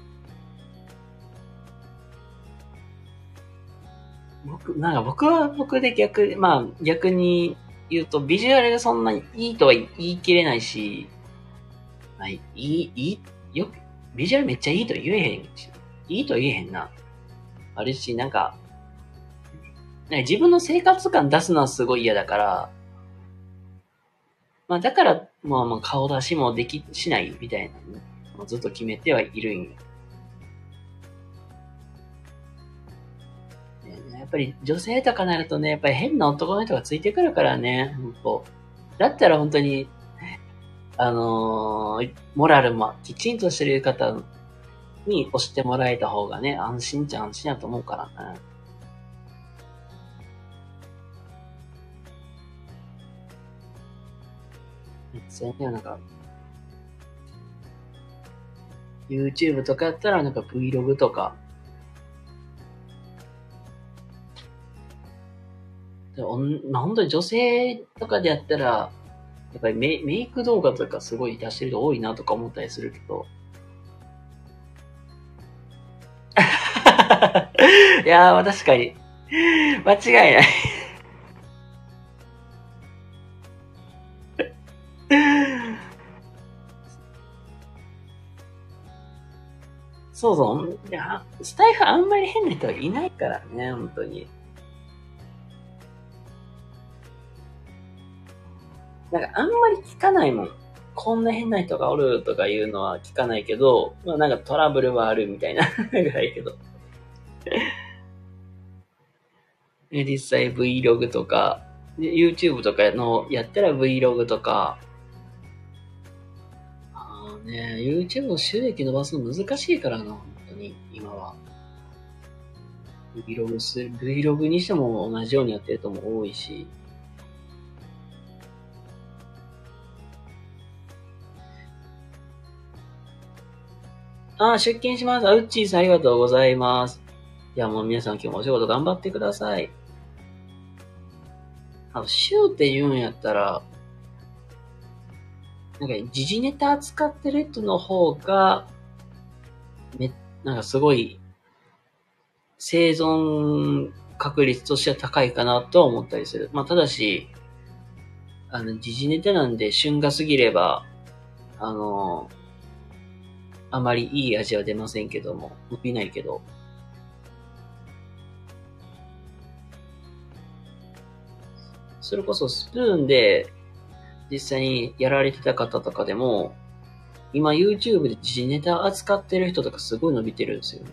Speaker 1: 僕、なんか僕は僕で逆、まあ逆に言うと、ビジュアルがそんなにいいとは言い切れないし、まあ、いい、いい、よく、ビジュアルめっちゃいいと言えへんし、いいと言えへんな。あるし、なんか、なんか自分の生活感出すのはすごい嫌だから、まあだから、まあまあ顔出しもでき、しないみたいなね、ずっと決めてはいるんよ。やっぱり女性とかなるとね、やっぱり変な男の人がついてくるからね、ほんと。だったら本当に、あのー、モラルもきちんとしてる方に押してもらえた方がね、安心っちゃ安心だと思うからね。そうね、なんか、YouTube とかやったらなんか Vlog とか、でおんまあ、本当に女性とかでやったら、やっぱりメメイク動画とかすごい出してる人多いなとか思ったりするけど。いやー、確かに。間違いない。そうそう。いや、スタイフあんまり変な人はいないからね、本当に。なんかあんまり聞かないもん。こんな変な人がおるとかいうのは聞かないけど、まあなんかトラブルはあるみたいなぐらいけど。実際 Vlog とか、YouTube とかのやったら Vlog とか、あーね、YouTube の収益伸ばすの難しいからな、本当に、今は。Vlog する、Vlog にしても同じようにやってる人も多いし。あー、出勤します。あ、うっちーさんありがとうございます。いや、もう皆さん今日もお仕事頑張ってください。あの、週って言うんやったら、なんか、時事ネタ扱ってる人の方が、め、なんかすごい、生存確率としては高いかなとは思ったりする。まあ、ただし、あの、時事ネタなんで旬が過ぎれば、あの、あまりいい味は出ませんけども、伸びないけど。それこそスプーンで実際にやられてた方とかでも、今 YouTube で時事ネタ扱ってる人とかすごい伸びてるんですよ。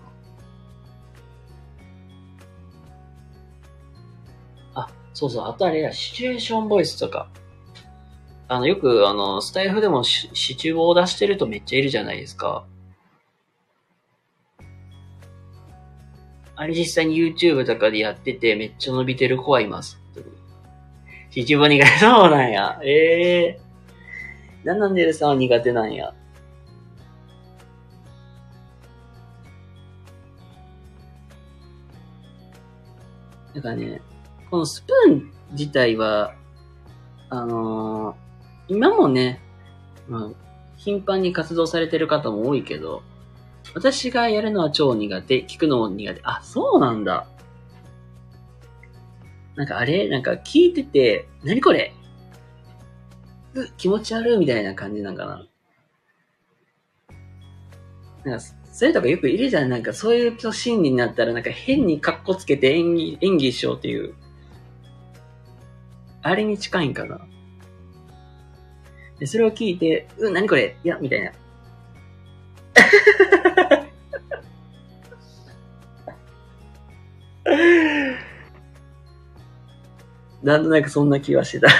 Speaker 1: あ、そうそう、あとあれや、シチュエーションボイスとか。あの、よく、あの、スタイフでもシシチューを出してるとめっちゃいるじゃないですか。あれ実際に YouTube とかでやっててめっちゃ伸びてる子はいます。 秩父苦手。そうなんや。ええー。なんなんでさんは苦手なんや。なんかね、このスプーン自体は、あのー、今もね、まあ、頻繁に活動されてる方も多いけど、私がやるのは超苦手、聞くのも苦手。あ、そうなんだ。なんかあれなんか聞いてて、何これう気持ち悪いみたいな感じなんかな。なんか、そういうとかよくいるじゃん。なんかそういうシーンになったらなんか変にカッコつけて演技、演技しようっていう。あれに近いんかな。で、それを聞いて、うん、何これいや、みたいな。なんとなくそんな気はしてた。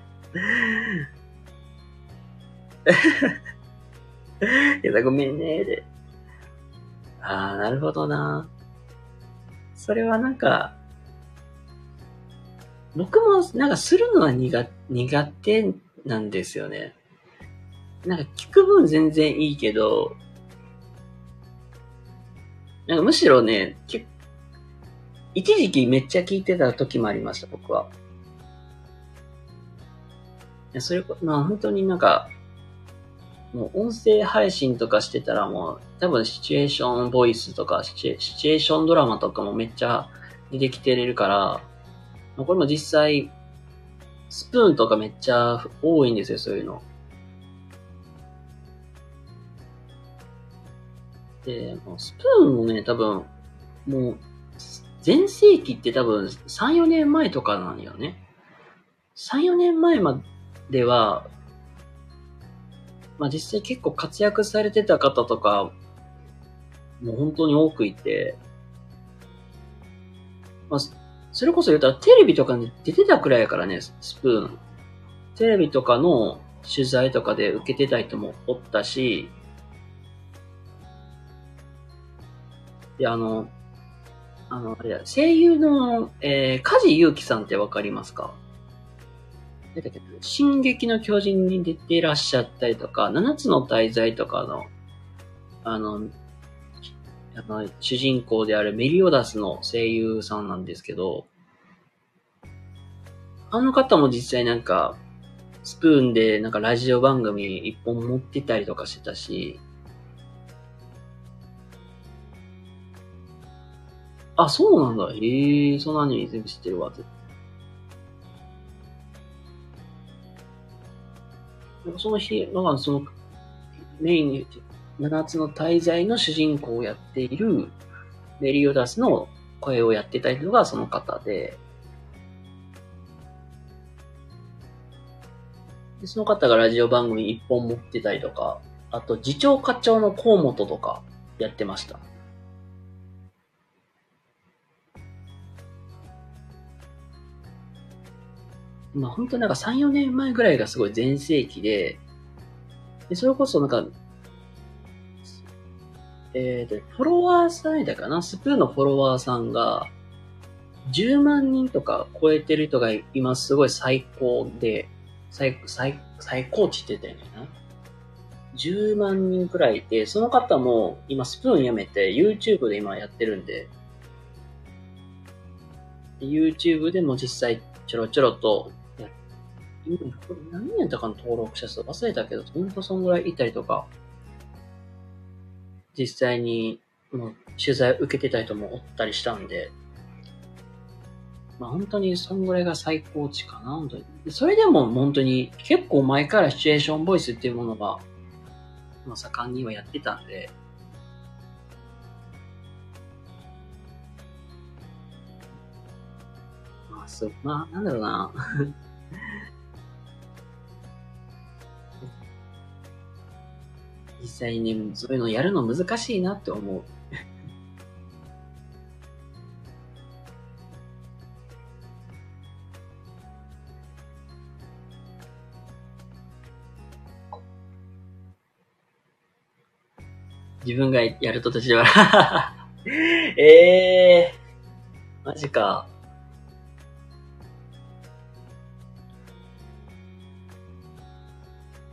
Speaker 1: いや、ごめんね、で。ああ、なるほどな。それはなんか、僕もなんかするのは苦苦手なんですよね。なんか聞く分全然いいけど、なんかむしろね、一時期めっちゃ聞いてた時もありました、僕は。いやそれ、まあ本当になんか、もう音声配信とかしてたらもう、多分シチュエーションボイスとかシチュ、シチュエーションドラマとかもめっちゃ出てきてれるから、これも実際、スプーンとかめっちゃ多いんですよ、そういうの。で、もうスプーンもね、多分、もう、前世紀って多分さん、よねんまえとかなんよね。さん、よねんまえまでは、まあ実際結構活躍されてた方とか、もう本当に多くいて、まあ、それこそ言ったらテレビとかに出てたくらいやからね、スプーン。テレビとかの取材とかで受けてた人もおったし、で、あの、あの、あれだ、声優の、えー、梶裕貴さんってわかりますか？だけど、進撃の巨人に出てらっしゃったりとか、七つの大罪とかの、あの、あの主人公であるメリオダスの声優さんなんですけど、あの方も実際なんか、スプーンでなんかラジオ番組一本持ってたりとかしてたし、あ、そうなんだ。へえ、そんなに全部知ってるわ。その日、まあ、その、メインに、七つの大罪の主人公をやっているメリオダスの声をやってた人がその方で、でその方がラジオ番組一本持ってたりとか、あと次長課長の河本とかやってました。まあ本当なんかさん、よねんまえぐらいがすごい全盛期で、でそれこそなんか、えーと、フォロワーさんだかな、スプーンのフォロワーさんがじゅうまんにんとか超えてる人が今すごい最高で、最、最、最高値って言ってたよねな。じゅうまんにんくらいいて、その方も今スプーンやめて YouTube で今やってるんで、YouTube でも実際ちょろちょろとや、今これ何人やったかの登録者数忘れたけど、ほんとそんぐらいいたりとか、実際にもう取材受けてた人もおったりしたんで、まあ本当にそんぐらいが最高値かな、本当に。それでも本当に結構前からシチュエーションボイスっていうものが、まあ、盛んにはやってたんで、まあ、そう、まあ、なんだろうな。実際にね、そういうのやるの難しいなって思う。自分がやると途中で笑う。ええー、マジか。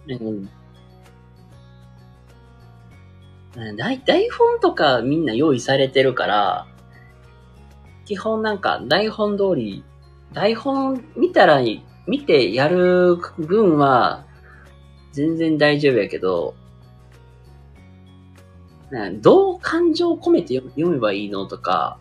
Speaker 1: うん台台本とかみんな用意されてるから、基本なんか台本通り、台本見たら、見てやる分は全然大丈夫やけど、どう感情を込めて読めばいいのとか、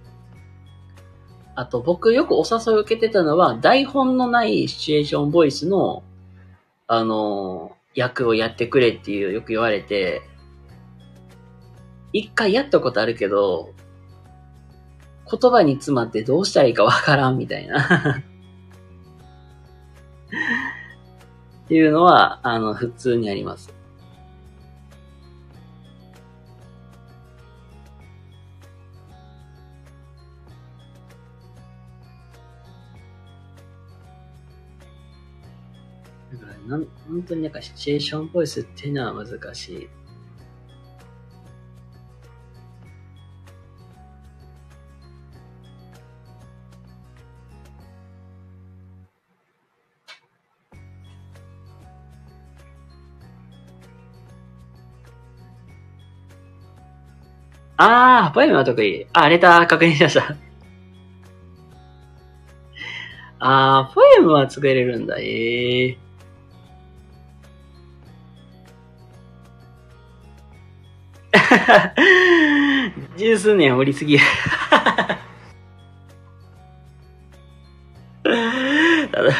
Speaker 1: あと僕よくお誘いを受けてたのは、台本のないシチュエーションボイスの、あの、役をやってくれっていうよく言われて、一回やったことあるけど、言葉に詰まってどうしたらいいかわからんみたいなっていうのは、あの、普通にあります。だからなん、本当になんかシチュエーションボイスっていうのは難しい。あー、ポエムは得意。あ、レター確認しました。あー、ポエムは作れるんだ。ええー。十数年おりすぎ。ただ、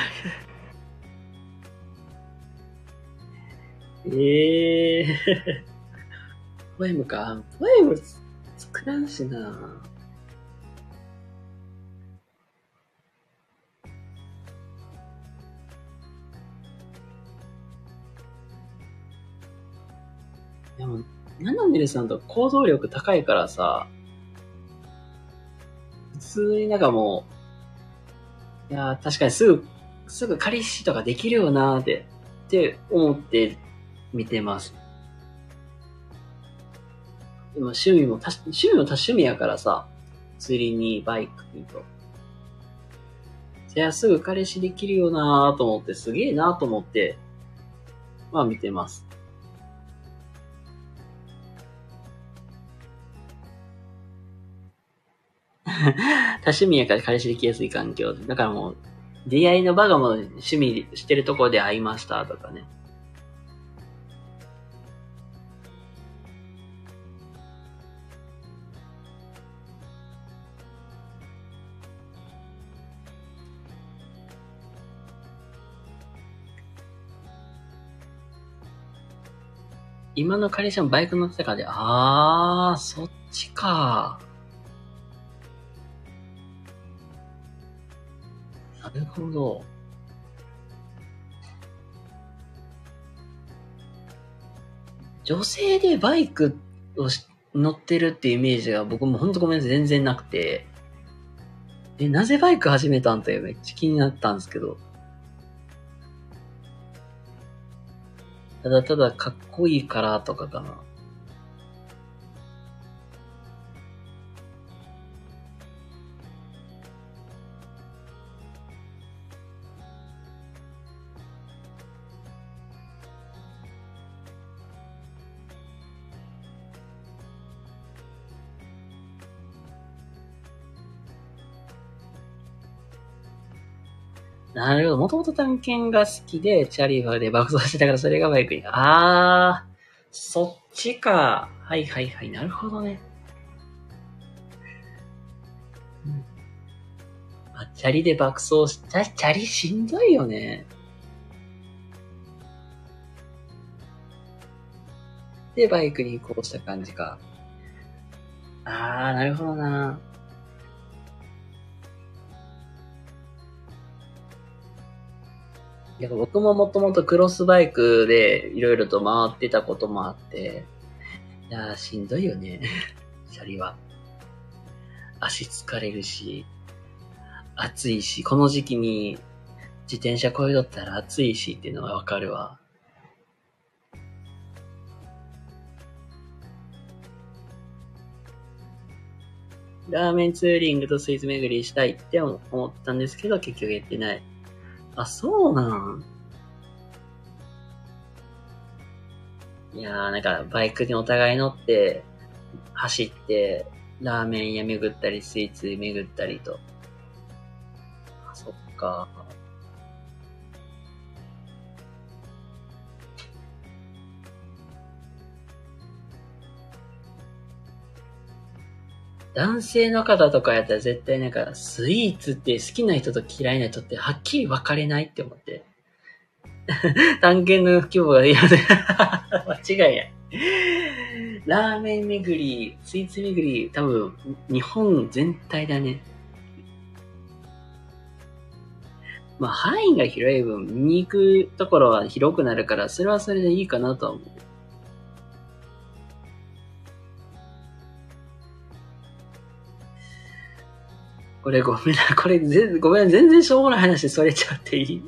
Speaker 1: ええー。ポエムか。ポエム作らんしな。でも、ナナミルさんと行動力高いからさ、普通になんかもう、いや確かにすぐ、すぐ彼氏とかできるよなーって、って思って見てます。でも趣味も多、趣味も多趣味やからさ、釣りにバイクにと。じゃあすぐ彼氏できるよなーと思って、すげえなーと思って、まあ見てます。多趣味やから彼氏できやすい環境。だからもう、出会いの場がもう趣味してるところで会いましたとかね。今の彼氏もバイク乗ってたからで、あー、そっちか。なるほど。女性でバイクを乗ってるっていうイメージが僕もほんとごめんなさい、全然なくて。え、なぜバイク始めたんってめっちゃ気になったんですけど。ただただかっこいいからとかかな。なるほど。もともと探検が好きで、チャリファーで爆走してたからそれがバイクに。あー、そっちか。はいはいはい。なるほどね。うん、あ、チャリで爆走し、チャチャリしんどいよね。で、バイクに移行した感じか。あー、なるほどな。いや、僕ももともとクロスバイクでいろいろと回ってたこともあって、いやー、しんどいよね。チャリは。足疲れるし、暑いし、この時期に自転車こいどったら暑いしっていうのはわかるわ。ラーメンツーリングとスイーツ巡りしたいって思ったんですけど、結局やってない。あ、そうなんいやー、なんか、バイクにお互い乗って、走って、ラーメン屋巡ったり、スイーツ巡ったりと。あ、そっか。男性の方とかやったら絶対なんか、スイーツって好きな人と嫌いな人ってはっきり分かれないって思って。探検の規模がいや間違いや。ラーメン巡り、スイーツ巡り、多分、日本全体だね。まあ、範囲が広い分、見に行くところは広くなるから、それはそれでいいかなとは思う。これごめんな、これぜごめん、全然しょうもない話それちゃっていい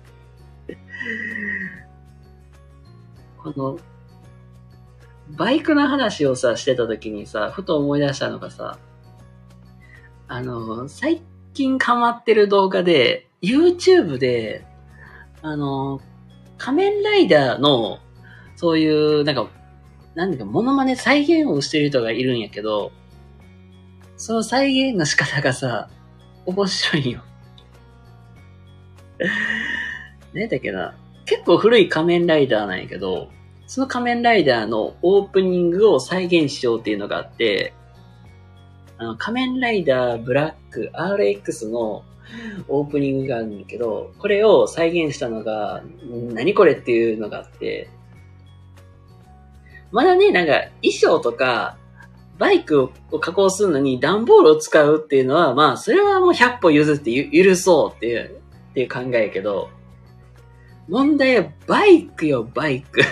Speaker 1: この、バイクの話をさ、してた時にさ、ふと思い出したのがさ、あの、最近ハマってる動画で、YouTube で、あの、仮面ライダーの、そういう、なんか、なんだか、モノマネ再現をしてる人がいるんやけど、その再現の仕方がさ、面白いよ。ねだっけな。結構古い仮面ライダーなんやけど、その仮面ライダーのオープニングを再現しようっていうのがあって、あの、仮面ライダーブラック アールエックス のオープニングがあるんだけど、これを再現したのが、何これっていうのがあって、まだね、なんか衣装とか、バイクを加工するのに段ボールを使うっていうのは、まあ、それはもうひゃっぽ譲って許そうっていう、っていう考えやけど、問題はバイクよ、バイク。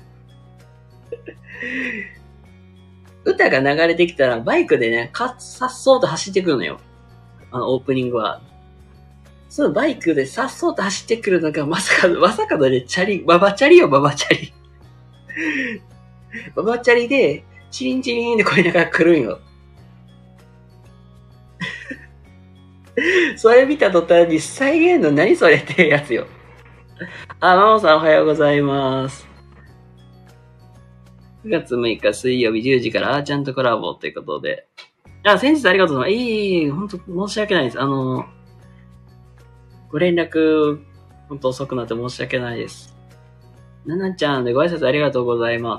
Speaker 1: 歌が流れてきたら、バイクでね、か、さっそうと走ってくるのよ。あの、オープニングは。そのバイクでさっそうと走ってくるのが、まさかの、まさかのね、チャリ、ババチャリよ、ババチャリ。ババチャリで、チリンチリンって声ながら来るんよ。それ見た途端に再現の何それってやつよ。あ、マモさんおはようございます。くがつむいか水曜日じゅうじからあーちゃんとコラボということで。あ、先日ありがとうございます。いえいえ、ほんと申し訳ないです。あの、ご連絡、ほんと遅くなって申し訳ないです。ななちゃんでご挨拶ありがとうございます。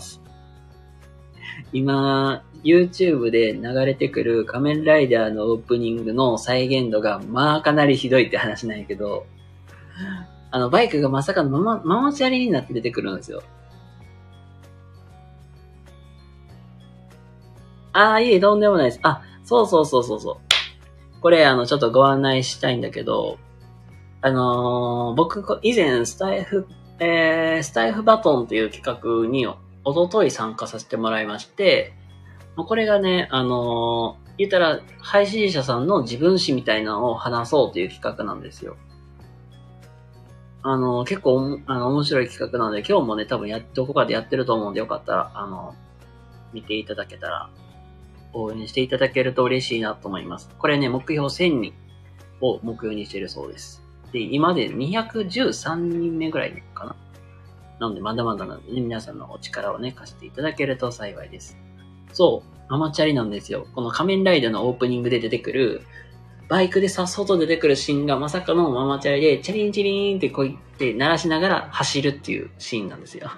Speaker 1: 今、YouTube で流れてくる仮面ライダーのオープニングの再現度が、まあかなりひどいって話なんやけど、あの、バイクがまさかのママ、ママチャリになって出てくるんですよ。ああ、いえ、とんでもないです。あ、そうそうそうそうそう。これ、あの、ちょっとご案内したいんだけど、あのー、僕、以前、スタイフ、えー、スタイフバトンっていう企画に、おととい参加させてもらいまして、これがね、あのー、言ったら、配信者さんの自分史みたいなのを話そうという企画なんですよ。あのー、結構、あの、面白い企画なので、今日もね、多分や、どこかでやってると思うんで、よかったら、あの、見ていただけたら、応援していただけると嬉しいなと思います。これね、目標せんにんを目標にしているそうです。で、今でにひゃくじゅうさんにんめぐらいかな。なので、まだまだなので、ね、皆さんのお力をね、貸していただけると幸いです。そう、ママチャリなんですよ。この仮面ライダーのオープニングで出てくる、バイクでさっそうと出てくるシーンがまさかのママチャリで、チャリンチリンってこう言って鳴らしながら走るっていうシーンなんですよ。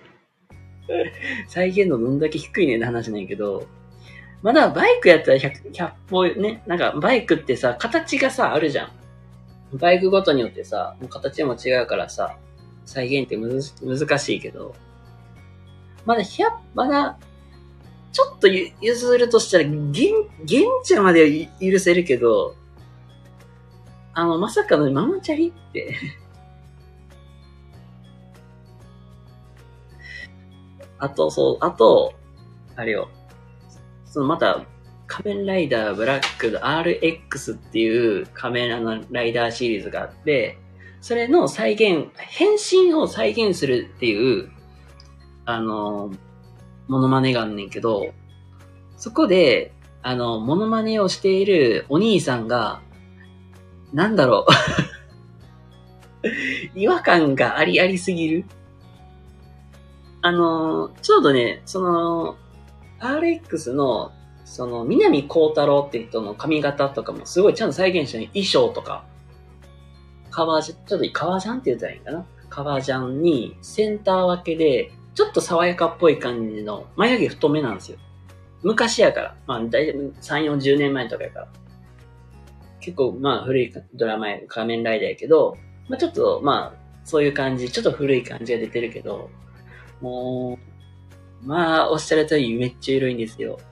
Speaker 1: 再現度どんだけ低いねって話なんやけど、まだバイクやったらひゃく、ひゃっぽね、なんかバイクってさ、形がさ、あるじゃん。バイクごとによってさ、もう形も違うからさ、再現ってむず難しいけど、まだひゃ、まだ、ちょっとゆ譲るとしたら、現、現茶までは許せるけど、あの、まさかのママチャリってあと、そう、あと、あれよ、そのまた、仮面ライダーブラックの アールエックス っていう仮面ライダーシリーズがあって、それの再現、変身を再現するっていう、あの、モノマネがあんねんけど、そこで、あの、モノマネをしているお兄さんが、なんだろう。違和感がありありすぎる。 あのー、ちょうどね、その、アールエックス の、その、南光太郎って人の髪型とかもすごいちゃんと再現したね。衣装とか。革ジャン、ちょっと革ジャンって言ったらいいんかな。革ジャンにセンター分けで、ちょっと爽やかっぽい感じの、眉毛太めなんですよ。昔やから。まあ、だいたいさん、よんじゅうねんまえとかやから。結構、まあ、古いドラマや仮面ライダーやけど、まあちょっと、まあ、そういう感じ、ちょっと古い感じが出てるけど、もう、まあ、おっしゃる通りめっちゃ緩いんですよ。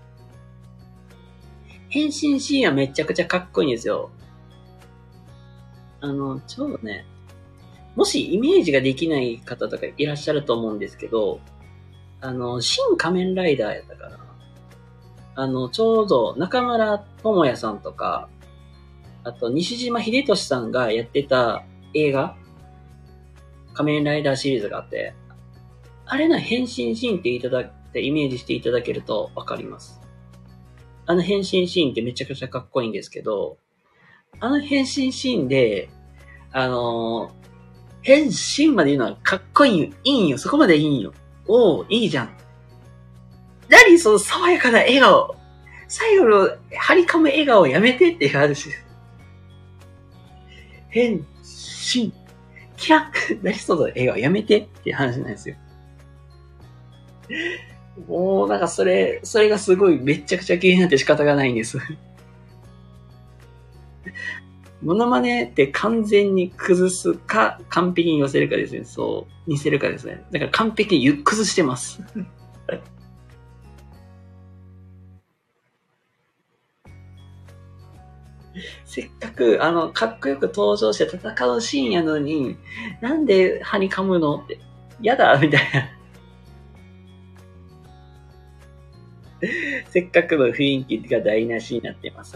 Speaker 1: 変身シーンはめちゃくちゃかっこいいんですよ。あの、ちょうどね、もしイメージができない方とかいらっしゃると思うんですけど、あの、新仮面ライダーやったかな。あの、ちょうど中村智也さんとか、あと西島秀俊さんがやってた映画、仮面ライダーシリーズがあって、あれの変身シーンっていただってイメージしていただけるとわかります。あの変身シーンってめちゃくちゃかっこいいんですけど、あの変身シーンで、あのー、変身まで言うのはかっこいいよ。いいんよ。そこまでいいんよ。おー、いいじゃん。何その爽やかな笑顔。最後の張り込む笑顔やめてっていう話です。変身。キラッ何その笑顔やめてっていう話なんですよ。もうなんかそれ、それがすごいめちゃくちゃ気になって仕方がないんです。モノマネって完全に崩すか、完璧に寄せるかですね。そう、似せるかですね。だから完璧に崩してます。せっかく、あの、かっこよく登場して戦うシーンやのに、なんで歯に噛むのって、やだみたいな。せっかくの雰囲気が台無しになってます。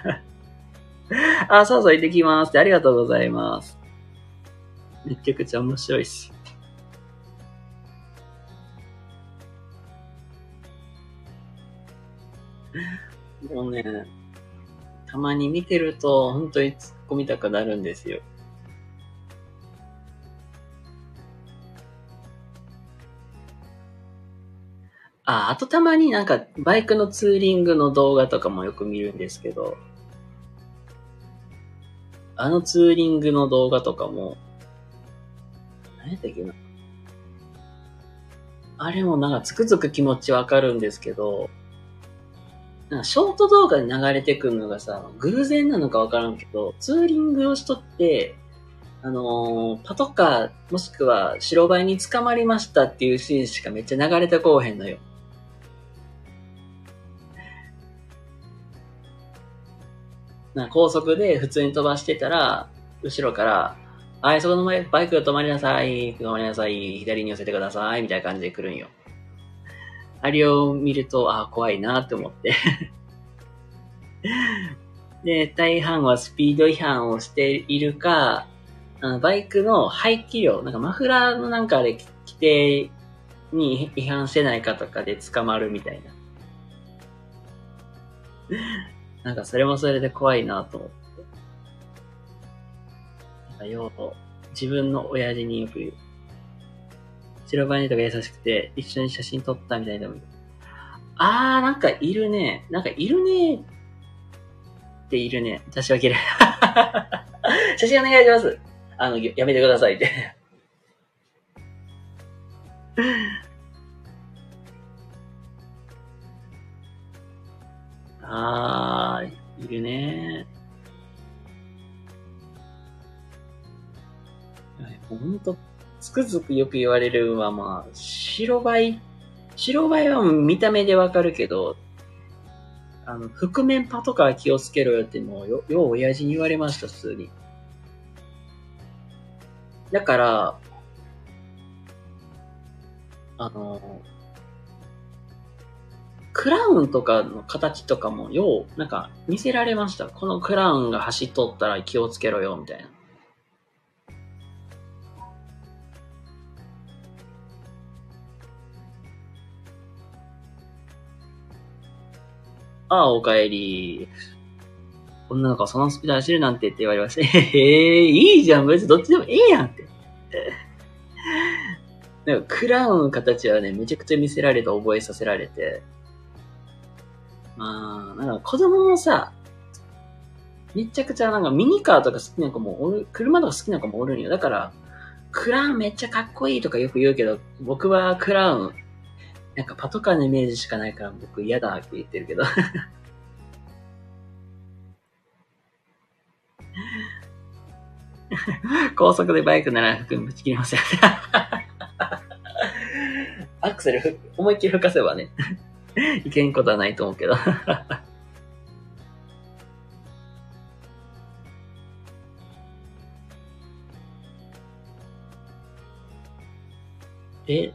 Speaker 1: あ、そうそう、行ってきますって。ありがとうございます。めちゃくちゃ面白いっす。もうね、たまに見てると、本当に突っ込みたくなるんですよ。あ、あとたまになんか、バイクのツーリングの動画とかもよく見るんですけど、あのツーリングの動画とかも、何やったっけな。あれもなんかつくづく気持ちわかるんですけど、なんかショート動画で流れてくるのがさ、偶然なのかわからんけど、ツーリングをしとって、あのー、パトカー、もしくは白バイに捕まりましたっていうシーンしかめっちゃ流れてこうへんのよ。なんか高速で普通に飛ばしてたら、後ろから、はい、そこの前バイク止まりなさい、止まりなさい、左に寄せてください、みたいな感じで来るんよ。あれを見ると、あ、怖いなって思って。で、大半はスピード違反をしているか、あのバイクの排気量、なんかマフラーのなんかあれ規定に違反してないかとかで捕まるみたいな。なんかそれもそれで怖いなと思って。なんかよう、自分の親父によく言う。白バイネとか優しくて、一緒に写真撮ったみたいなの。あー、なんかいるね。なんかいるねっているね。私は嫌い。写真お願いします。あの、やめてくださいって。あー、いるね。ほんと、つくづくよく言われるのは、まあ、白バイ、白バイは見た目でわかるけど、あの、覆面パトカー気をつけろよってもうよ、よう親父に言われました、普通に。だから、あの、クラウンとかの形とかもよう、なんか見せられました。このクラウンが走っとったら気をつけろよ、みたいな。ああ、お帰り。女の子はそのスピード走るなんてって言われました。へえ、いいじゃん。別にどっちでもいいやんって。 なんかクラウンの形はね、めちゃくちゃ見せられて覚えさせられて、まあ、なんか子供もさ、めちゃくちゃなんかミニカーとか好きな子もおる、車とか好きな子もおるんよ。だから、クラウンめっちゃかっこいいとかよく言うけど、僕はクラウン、なんかパトカーのイメージしかないから僕嫌だって言ってるけど。高速でバイクなら服ぶち切りません。アクセル思いっきり吹かせばね、いけんことはないと思うけど。え、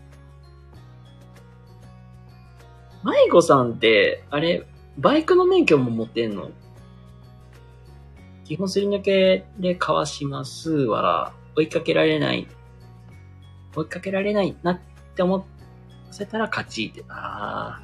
Speaker 1: 迷子さんって、あれ、バイクの免許も持ってんの？基本すり抜けでかわしますわら、追いかけられない、追いかけられないなって思わせたら勝ちって。あ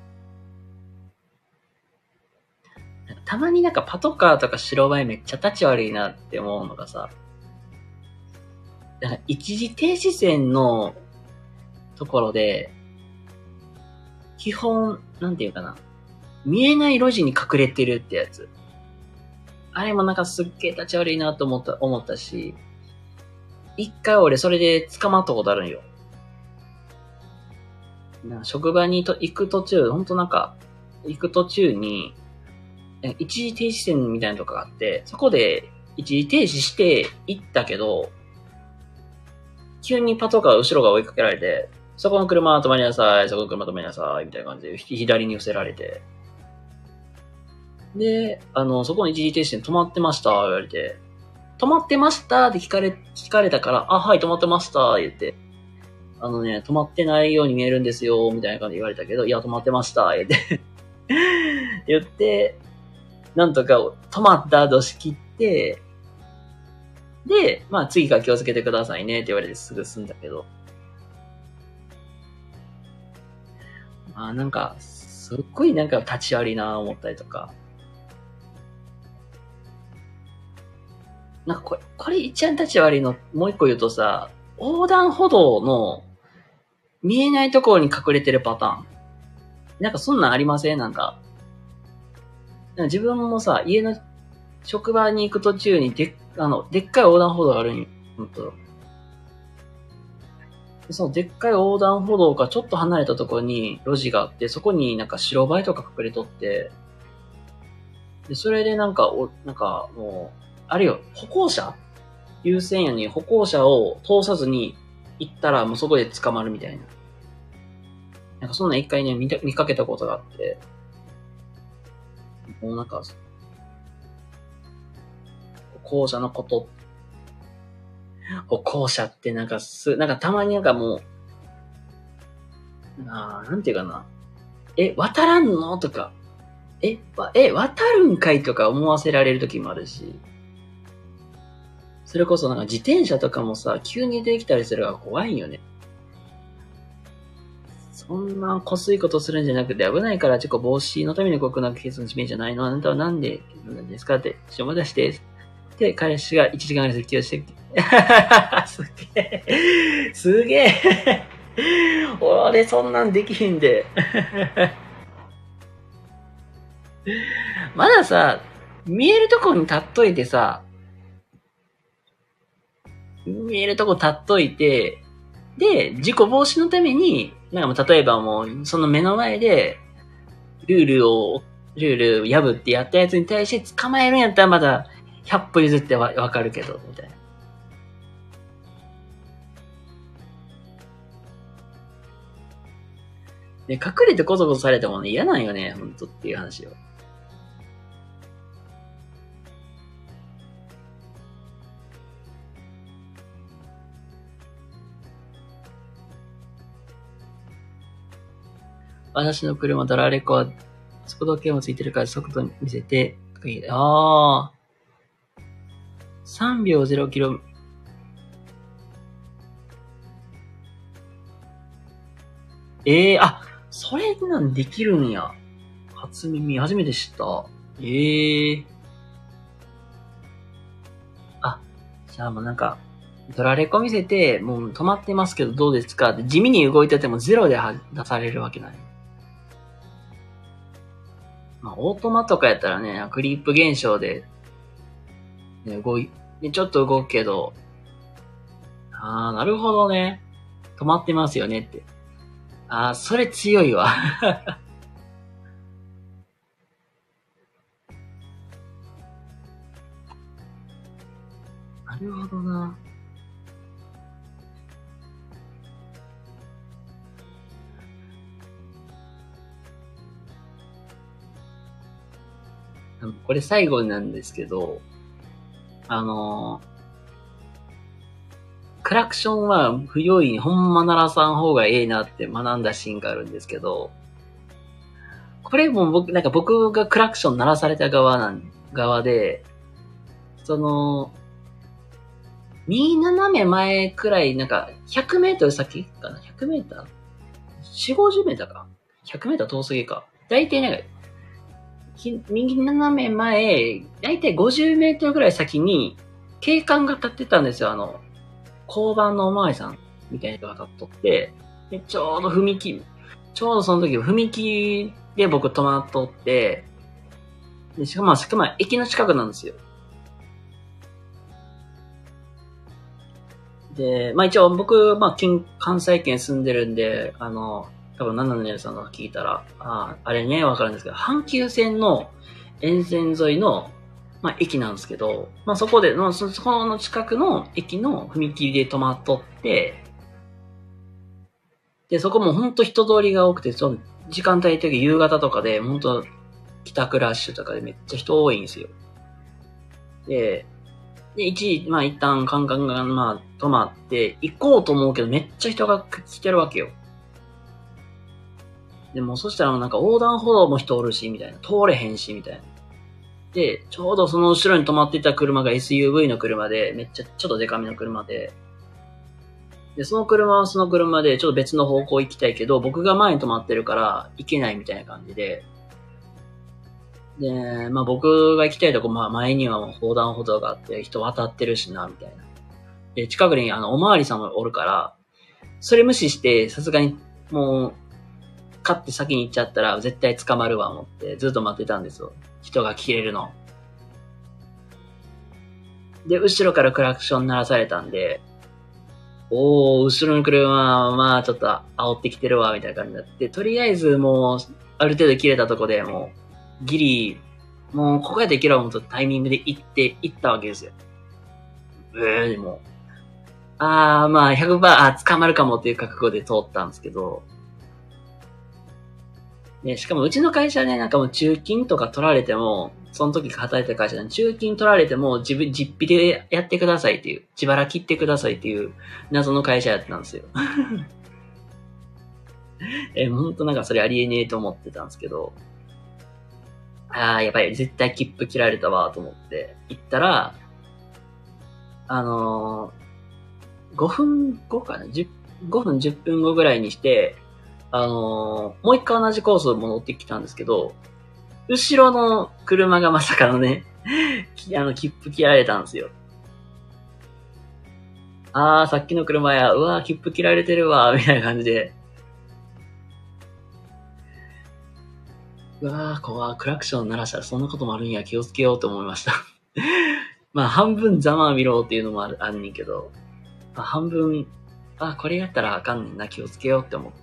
Speaker 1: あ。たまになんかパトカーとか白バイめっちゃ立ち悪いなって思うのがさ、だから一時停止線のところで、基本、なんていうかな、見えない路地に隠れてるってやつ。あれもなんかすっげえ立ち悪いなと思った、思ったし、一回俺それで捕まったことあるんよ。なんか職場にと行く途中、ほんとなんか、行く途中に、一時停止線みたいなとこがあって、そこで一時停止して行ったけど、急にパトカー後ろが追いかけられて、そこの車止まりなさい、そこの車止まりなさい、みたいな感じで左に寄せられて。で、あの、そこの一時停止線止まってました、言われて。止まってましたって聞かれ、聞かれたから、あ、はい、止まってました、言って。あのね、止まってないように見えるんですよ、みたいな感じで言われたけど、いや、止まってました、言って。言って、なんとか止まった後仕切って、で、まあ次から気をつけてくださいねって言われてすぐ済んだけど。まあなんか、すっごいなんか立ち悪いなぁ思ったりとか。なんかこれ、これ一番立ち悪いの、もう一個言うとさ、横断歩道の見えないところに隠れてるパターン。なんかそんなんありません？なんか。なんか自分もさ、家の職場に行く途中にでっ、あの、でっかい横断歩道あるんよ。ほんと。そのでっかい横断歩道からちょっと離れたところに路地があって、そこになんか白バイとか隠れとって、で、それでなんか、お、なんかもう、あれよ、歩行者優先やに歩行者を通さずに行ったらもうそこで捕まるみたいな。なんかそんな一回ね、見た、見かけたことがあって、もうなんか、歩行者のこと、歩行者ってなんかす、なんかたまになんかもう、なあ、なんていうかな。え、渡らんのとか、え、わ、え、渡るんかいとか思わせられる時もあるし、それこそなんか自転車とかもさ、急に出てきたりするから怖いんよね。そんなこすいことするんじゃなくて危ないから事故防止のために国内警察の指名じゃないの？あなたはなんでなんですかって、ちょ、ま出して。で、彼氏がいちじかんぐらい説教してきて。すげえ。すげえ。俺そんなんできひんで。まださ、見えるとこに立っといてさ、見えるとこ立っといて、で、事故防止のために、なんか例えばもう、その目の前で、ルールを、ルール破ってやったやつに対して捕まえるんやったらまだ、ひゃっぽ譲ってわわかるけど、みたいな。で、隠れてこそこそされてもね、嫌なんよね、ほんとっていう話を。私の車、ドラレコは、速度計もついてるから速度見せて、ああ、さんびょうゼロキロ、ええー、あ、それなんできるんや。初耳、初めて知った。ええー。あ、じゃあもうなんか、 ドラレコ見せて、もう止まってますけどどうですかって地味に動いててもゼロで出されるわけない。まあ、オートマとかやったらね、クリップ現象で、ね、動い、でちょっと動くけど、あー、なるほどね。止まってますよねって。あー、それ強いわ。なるほどな。これ最後なんですけど、あのー、クラクションは不用意にほんま鳴らさん方がええなって学んだシーンがあるんですけど、これも僕、なんか僕がクラクション鳴らされた側なん、側で、その、右斜め前くらい、なんか、ひゃくメートル先かな ?ひゃく メーター ?よんじゅう、ごじゅうメーターか ?ひゃく メーター遠すぎか。だいたいなんか、右斜め前、だいたいごじゅうメートルくらい先に、警官が立ってたんですよ。あの、交番のおまわりさんみたいな人が立っとって、で、ちょうど踏切、ちょうどその時踏切で僕止まっとって、で、しかも、まあ、しかも駅の近くなんですよ。で、まあ一応僕、まあ近、関西圏住んでるんで、あの、多分ななねんさんが聞いたら、ああれね、わかるんですけど、阪急線の沿線沿いの、まあ駅なんですけど、まあそこで、まあ、そこの近くの駅の踏切で止まっとって、で、そこもほんと人通りが多くて、その時間帯的夕方とかで、ほんと帰宅ラッシュとかでめっちゃ人多いんですよ。で、で、一時、まあ一旦カンカンが、まあ止まって、行こうと思うけどめっちゃ人が来てるわけよ。でもそしたらなんか横断歩道も人おるし、みたいな。通れへんし、みたいな。で、ちょうどその後ろに止まってた車が エスユーブイ の車で、めっちゃちょっとデカめの車で、で、その車はその車でちょっと別の方向行きたいけど、僕が前に止まってるから行けないみたいな感じで、で、まあ僕が行きたいとこ、まあ前にはもう横断歩道があって人渡ってるしな、みたいな。で、近くにあの、おまわりさんもおるから、それ無視して、さすがにもう、勝って先に行っちゃったら絶対捕まるわ思ってずっと待ってたんですよ。人が切れるの。で、後ろからクラクション鳴らされたんで、おー、後ろの車は、まあちょっと煽ってきてるわ、みたいな感じになって、とりあえずもう、ある程度切れたとこでもう、ギリ、もうここやできる思うとタイミングで行って、行ったわけですよ。えー、でも、あー、まあひゃくパーセント、あ、捕まるかもっていう覚悟で通ったんですけど、ね、しかもうちの会社ね、なんかもう中金とか取られても、その時働いた会社で中金取られても自分、実費でやってくださいっていう、自腹切ってくださいっていう謎の会社やったんですよ。え、ほんとなんかそれありえねえと思ってたんですけど、あー、やばい、絶対切符切られたわと思って行ったら、あのー、ごふんごかな ?ごふんじゅっぷんごぐらいにして、あのー、もう一回同じコースを戻ってきたんですけど、後ろの車がまさかのね、あの、切符切られたんですよ。あー、さっきの車や、うわー、切符切られてるわ、みたいな感じで。うわー、怖ー、クラクション鳴らしたらそんなこともあるんや、気をつけようと思いました。まあ、半分ざまあ見ろっていうのもある、あんねんけど、まあ、半分、あ、これやったらあかんねんな、気をつけようって思って。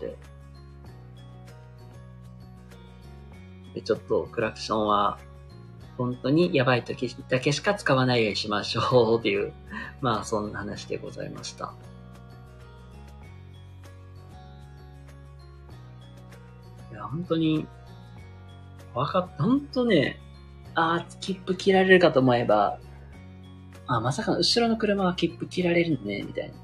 Speaker 1: で、ちょっとクラクションは、本当にやばい時だけしか使わないようにしましょうっていう、まあそんな話でございました。いや、本当に、わかった。本当ね、あー、切符切られるかと思えば、あ、まさかの後ろの車は切符切られるね、みたいな。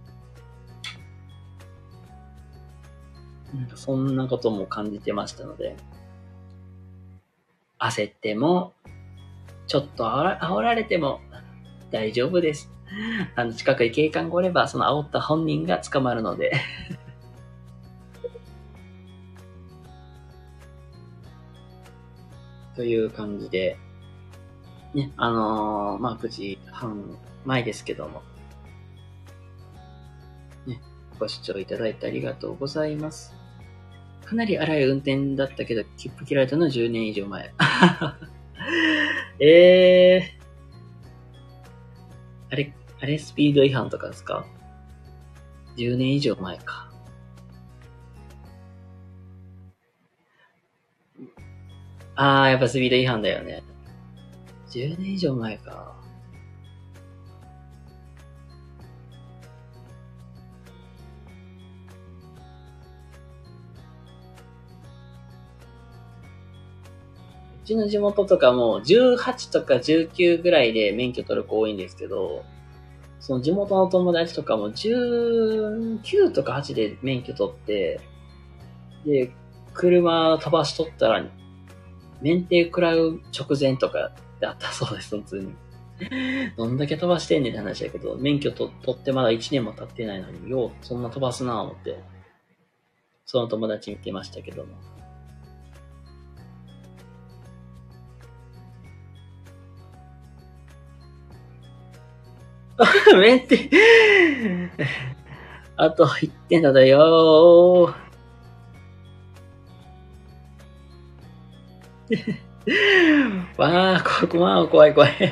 Speaker 1: なんかそんなことも感じてましたので、焦っても、ちょっと煽ら煽られても大丈夫です。あの、近くに警官がおれば、その煽った本人が捕まるので。という感じで、ね、あのー、まあ、くじはん前ですけども、 ね、ご視聴いただいてありがとうございます。かなり荒い運転だったけど、切符切られたのはじゅうねん以上前。えー、あれ、あれスピード違反とかですか？ じゅう 年以上前か。あー、やっぱスピード違反だよね。じゅうねん以上前か。うちの地元とかもじゅうはちとかじゅうきゅうぐらいで免許取る子多いんですけど、その地元の友達とかもじゅうきゅうとかはちで免許取って、で、車飛ばしとったら、免停食らう直前とかだったそうです、普通に。どんだけ飛ばしてんねんって話だけど、免許と取ってまだいちねんも経ってないのに、ようそんな飛ばすなぁ思って、その友達見てましたけども。免停あといってんだよー。わあ、ここは怖い怖い。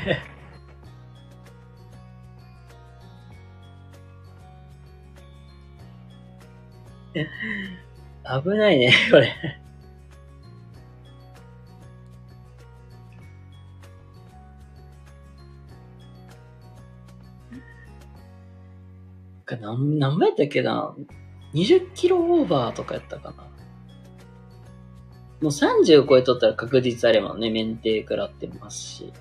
Speaker 1: 危ないね、これ。何、何倍やったっけな ?にじゅっ キロオーバーとかやったかな。もうさんじゅう超えとったら確実あれもんね、免停食らってますし。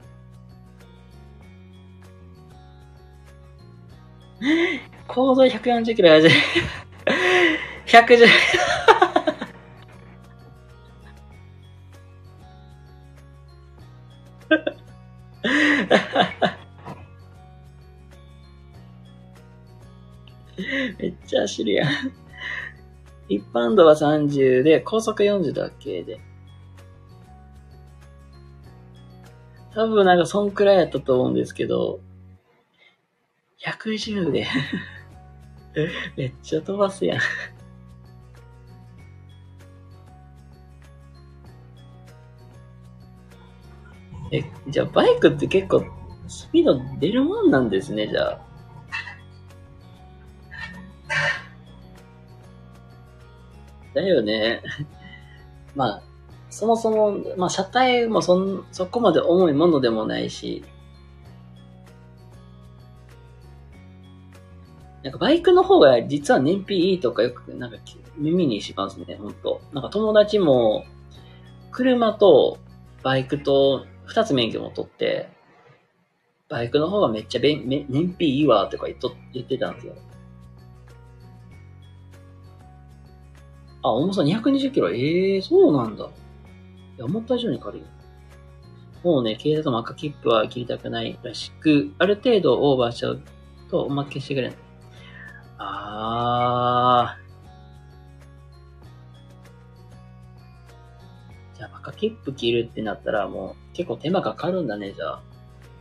Speaker 1: 高度ひゃくよんじゅっキロやじ。ひゃくじゅう。めっちゃ走るやん。一般道はさんじゅうで、高速よんじゅうだけで。多分なんかそんくらいやったと思うんですけど、ひゃくじゅうでめっちゃ飛ばすやん。え、じゃあバイクって結構スピード出るもんなんですね、じゃあ。だよね。まあ、そもそも、まあ車体もそん、そこまで重いものでもないし、なんかバイクの方が実は燃費いいとかよくなんか耳にしますね、ほんと。なんか友達も車とバイクと二つ免許も取って、バイクの方がめっちゃべんめ燃費いいわとか言っと言ってたんですよ。あ、重さにひゃくにじゅっキロ。ええー、そうなんだ。いや、思った以上に軽い。もうね、警察も赤切符は切りたくないらしく、ある程度オーバーしちゃうとおまけしてくれない。あー。じゃあ赤切符切るってなったらもう結構手間かかるんだね、じゃあ。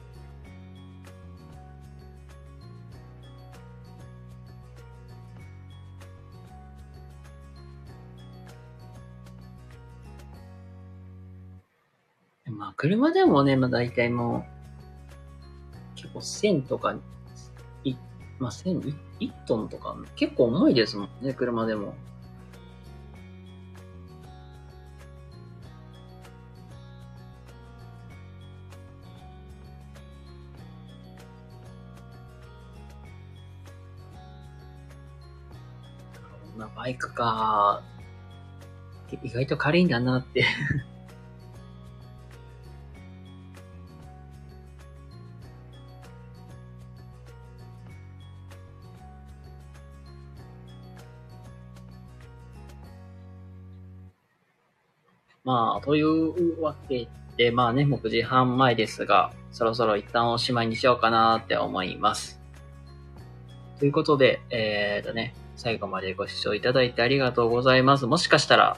Speaker 1: まあ、車でもね、まあ大体もう、結構せんとか、い、まあせん、いちトンとか、結構重いですもんね、車でも。まあ、バイクか、意外と軽いんだなってまあ、というわけで、まあね、もうくじはん前ですが、そろそろ一旦おしまいにしようかなって思います。ということで、えーとね、最後までご視聴いただいてありがとうございます。もしかしたら、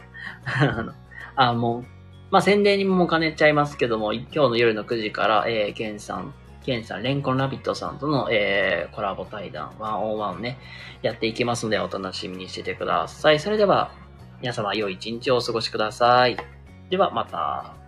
Speaker 1: あ、もう、まあ宣伝にも兼ねちゃいますけども、今日の夜のくじから、えー、ケンさんケンさん、レンコンラビットさんとの、えー、コラボ対談、ワンオンワンをね、やっていきますので、お楽しみにしててください。それでは、皆様、良い一日をお過ごしください。では、また。